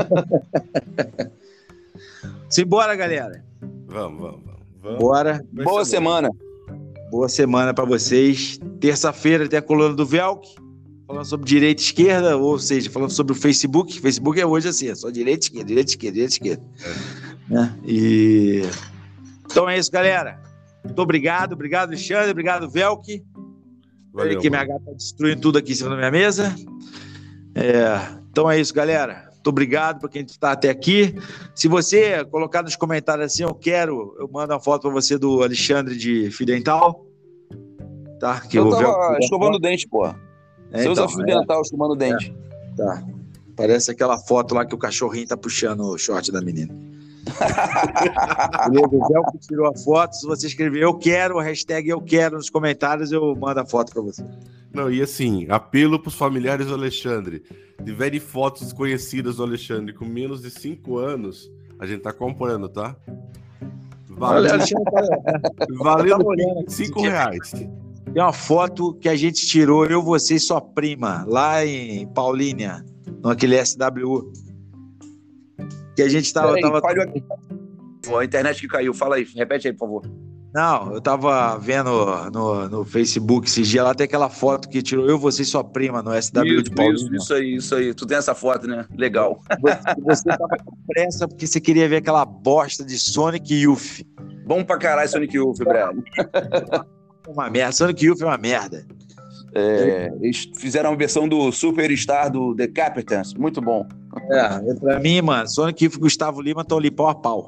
Simbora, galera. Vamos, vamos, vamos. vamos. Bora. Vai Boa ser bom. semana. Boa semana pra vocês. Terça-feira tem a coluna do Velk, falando sobre direita e esquerda, ou seja, falando sobre o Facebook. Facebook é hoje assim, é só direita e esquerda, direita e esquerda, direita e esquerda. Né? E... Então é isso, galera. Muito obrigado. Obrigado, Alexandre. Obrigado, Velk. Valeu, Ele que minha mano. gata tá destruindo tudo aqui em cima da minha mesa. É, então é isso, galera. Muito obrigado por quem está até aqui. Se você colocar nos comentários assim, eu quero, eu mando uma foto para você do Alexandre de Fio Dental. Tá? Que Eu vou ver tava o- escovando o dente, porra. É, Você usa então, fio é, dental escovando o dente. tá. Parece aquela foto lá que o cachorrinho tá puxando o short da menina. Beleza, o Zé que tirou a foto. Se você escrever eu quero, a hashtag eu quero nos comentários, eu mando a foto para você. Não, e assim, apelo pros familiares do Alexandre. Se tiverem fotos desconhecidas do Alexandre com menos de cinco anos, a gente tá comprando, tá? Olha, Valendo, Alexandre, tá- valendo tá olhando aqui. cinco reais. Tem uma foto que a gente tirou, eu, você e sua prima, lá em Paulínia, naquele S W U. Que a gente tava. Peraí, tava... falhou aqui. Pô, a internet que caiu. Fala aí, repete aí, por favor. Não, eu tava vendo no, no Facebook esses dias lá, tem aquela foto que tirou eu, você e sua prima no S W U de Isso, Paulínia. isso, isso aí, isso aí. Tu tem essa foto, né? Legal. Você, você tava com pressa porque você queria ver aquela bosta de Sonic Youth. Bom pra caralho, Sonic Youth, Breno. Uma merda. Sonic Youth é uma merda. É, eles fizeram uma versão do Superstar do The Capitans. Muito bom. É, pra mim, mano, Sonic Youth e Gustavo Lima estão ali pau a pau.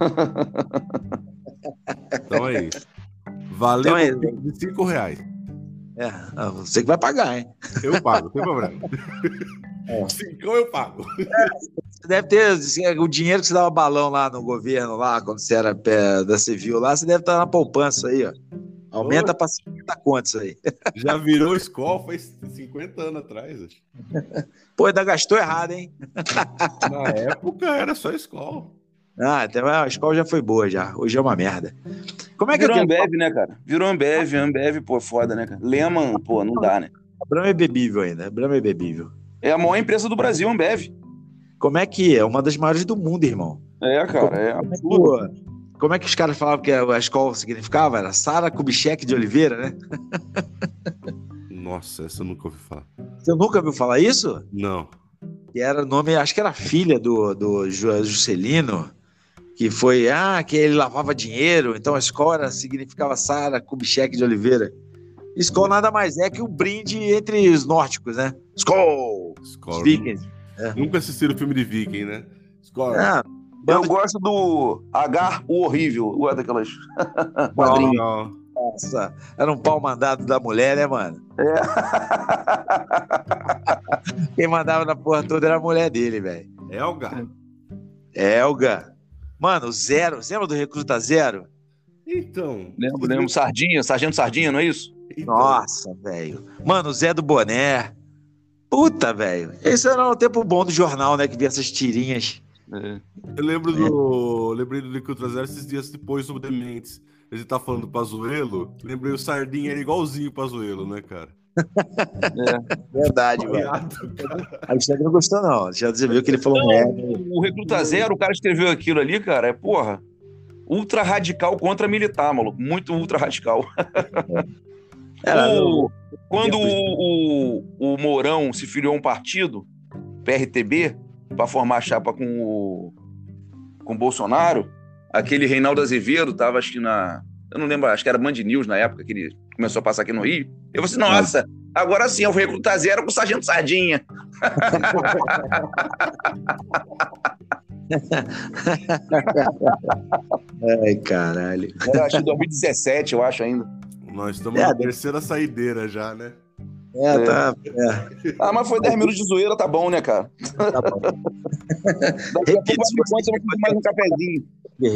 Então é isso. Valeu Então é de cinco reais. É, você que vai pagar, hein? Eu pago, não tem problema. É. Cinco eu pago. Você deve ter o dinheiro que você dava balão lá no governo, lá, quando você era pé da Civil lá, você deve estar na poupança aí, ó. Aumenta para cinquenta contos aí. Já virou escola faz cinquenta anos atrás. Acho. Pô, ainda gastou errado, hein? Na época era só escola. Ah, até a escola já foi boa já. Hoje é uma merda. Como é que Virou eu Ambev, né, cara? Virou Ambev, Ambev, pô, foda, né, cara? Lehman, pô, não dá, né? A Brahma é bebível ainda. A Brahma é bebível. É a maior empresa do Brasil, Ambev. Como é que é? Uma das maiores do mundo, irmão. É, cara, como, é como é, absurdo. que, como é que os caras falavam que a escola significava? Era Sara Kubitschek de Oliveira, né? Nossa, essa eu nunca ouvi falar. Você nunca ouviu falar isso? Não. Que era o nome, acho que era filha do, do Juscelino, que foi, ah, que ele lavava dinheiro, então a escola era, significava Sara Kubitschek de Oliveira. Skol nada mais é que o brinde entre os nórdicos, né? Skol! Skol. Os vikings. É. Nunca assistiram o filme de Viking, né? Skol. Ah, eu gosto do H, o horrível. Eu gosto daquelas quadrinhos. Nossa, era um pau mandado da mulher, né, mano? É. Quem mandava na porra toda era a mulher dele, velho. Elga. Elga. Mano, Zero. Você lembra do Recruta Zero? Então. Lembro, lembro. Sardinha, Sargento Sardinha, não é isso? Então. Nossa, velho. Mano, Zé do Boné. Puta, velho. Esse era o tempo bom do jornal, né? Que via essas tirinhas. É. Eu lembro do. É. Lembrei do Recruta Zero esses dias depois do Dementes. Ele tá falando do Pazuello. Lembrei o Sardinha era igualzinho o Pazuello, né, cara? É. Verdade, velho. A Alexandre não gostou, não. Alexandre, você viu que ele falou não, merda. O Recruta Zero, o cara escreveu aquilo ali, cara, é porra. Ultra radical contra militar, maluco. Muito ultra radical. É. O, quando o, o, o Mourão se filiou a um partido, P R T B, para formar chapa com o, com o Bolsonaro, aquele Reinaldo Azevedo tava, acho que na. Eu não lembro, acho que era Band News na época que ele começou a passar aqui no Rio. Eu falei assim, nossa, agora sim, eu vou recrutar zero com o Sargento Sardinha. Ai, caralho. Era, acho que dois mil e dezessete, eu acho ainda. Nós estamos é, na terceira saideira já, né? É, é. tá. É. Ah, mas foi dez minutos de zoeira, tá bom, né, cara? Tá bom. Daqui a pouco vai ter mais um cafezinho.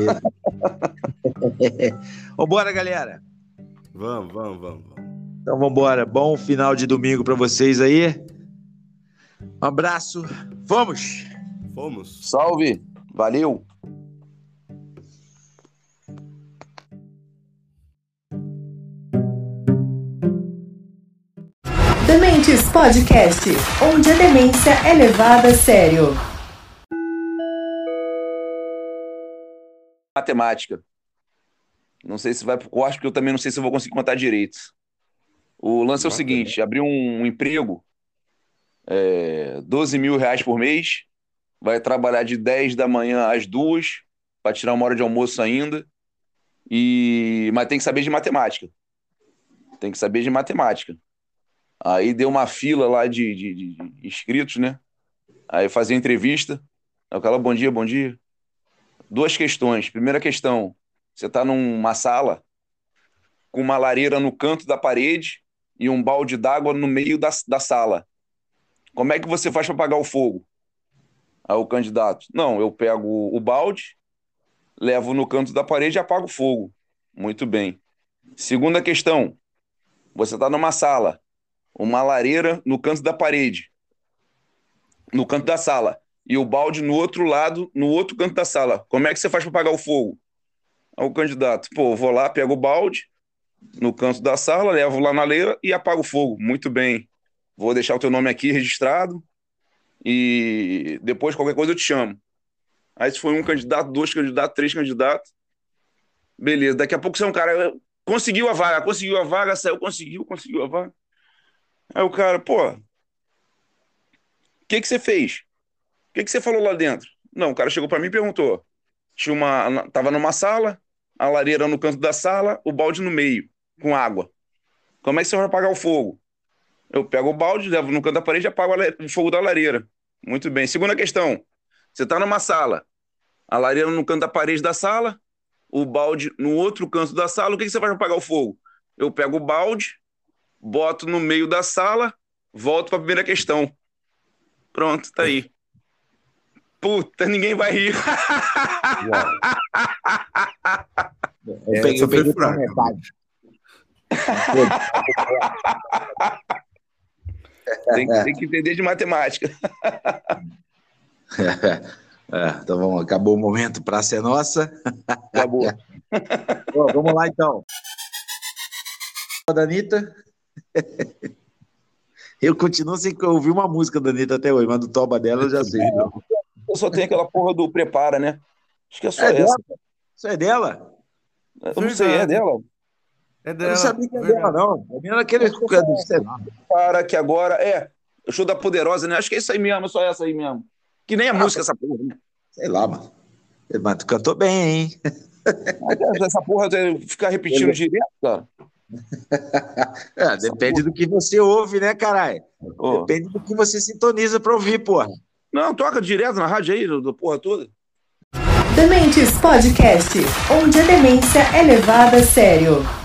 Vambora, galera. Vamos, vamos, vamos, vamos. Então vambora. Bom final de domingo pra vocês aí. Um abraço. Vamos! Fomos. Salve! Valeu! Dementes Podcast, onde a demência é levada a sério. Matemática. Não sei se vai pro corte, porque eu também não sei se eu vou conseguir contar direito. O lance é o seguinte, abrir um, um emprego, é, doze mil reais por mês, vai trabalhar de dez da manhã às duas, para tirar uma hora de almoço ainda, e... mas tem que saber de matemática. Tem que saber de matemática. Aí deu uma fila lá de, de, de inscritos, né? Aí fazia entrevista. Aí o cara, bom dia, bom dia. Duas questões. Primeira questão, você está numa sala com uma lareira no canto da parede e um balde d'água no meio da, da sala. Como é que você faz para apagar o fogo? Aí o candidato, não, eu pego o balde, levo no canto da parede e apago o fogo. Muito bem. Segunda questão, você está numa sala, uma lareira no canto da parede, no canto da sala, e o balde no outro lado, no outro canto da sala. Como é que você faz para apagar o fogo? Aí o candidato, pô, vou lá, pego o balde no canto da sala, levo lá na lareira e apago o fogo. Muito bem. Vou deixar o teu nome aqui registrado e depois qualquer coisa eu te chamo. Aí se foi um candidato, dois candidatos, três candidatos, beleza. Daqui a pouco você é um cara, conseguiu a vaga, conseguiu a vaga, saiu, conseguiu, conseguiu a vaga. Aí o cara, pô, o que que você fez? O que que você falou lá dentro? Não, o cara chegou para mim e perguntou. Tinha uma, tava numa sala, a lareira no canto da sala, o balde no meio, com água. Como é que você vai apagar o fogo? Eu pego o balde, levo no canto da parede e apago o fogo da lareira. Muito bem. Segunda questão. Você está numa sala, a lareira no canto da parede da sala, o balde no outro canto da sala, o que que você faz para apagar o fogo? Eu pego o balde, boto no meio da sala, volto para a primeira questão. Pronto, tá aí. Puta, ninguém vai rir. Eu peguei, eu peguei pela metade. tem, que, tem que entender de matemática. É, então vamos, acabou o momento, praça é nossa. Acabou. Bom, vamos lá então. Da Anitta. Eu continuo sem ouvir uma música da Anitta até hoje, mas do toba dela eu já sei. Eu só tenho aquela porra do Prepara, né? Acho que é só É essa. dela? Isso é dela? Eu não sei, é dela? É Eu dela. não sabia que era verdade. dela, não. A minha era aquele... sei lá. Para que agora... É, o show da Poderosa, né? Acho que é isso aí mesmo, é só essa aí mesmo. Que nem a Ah, música, essa porra, né? Sei lá, mano. Mas tu cantou bem, hein? Essa porra, ficar repetindo direto, cara. É, depende do que você ouve, né, caralho? Ô. Depende do que você sintoniza pra ouvir, porra. Não, toca direto na rádio aí, do, do porra toda. Dementes Podcast, onde a demência é levada a sério.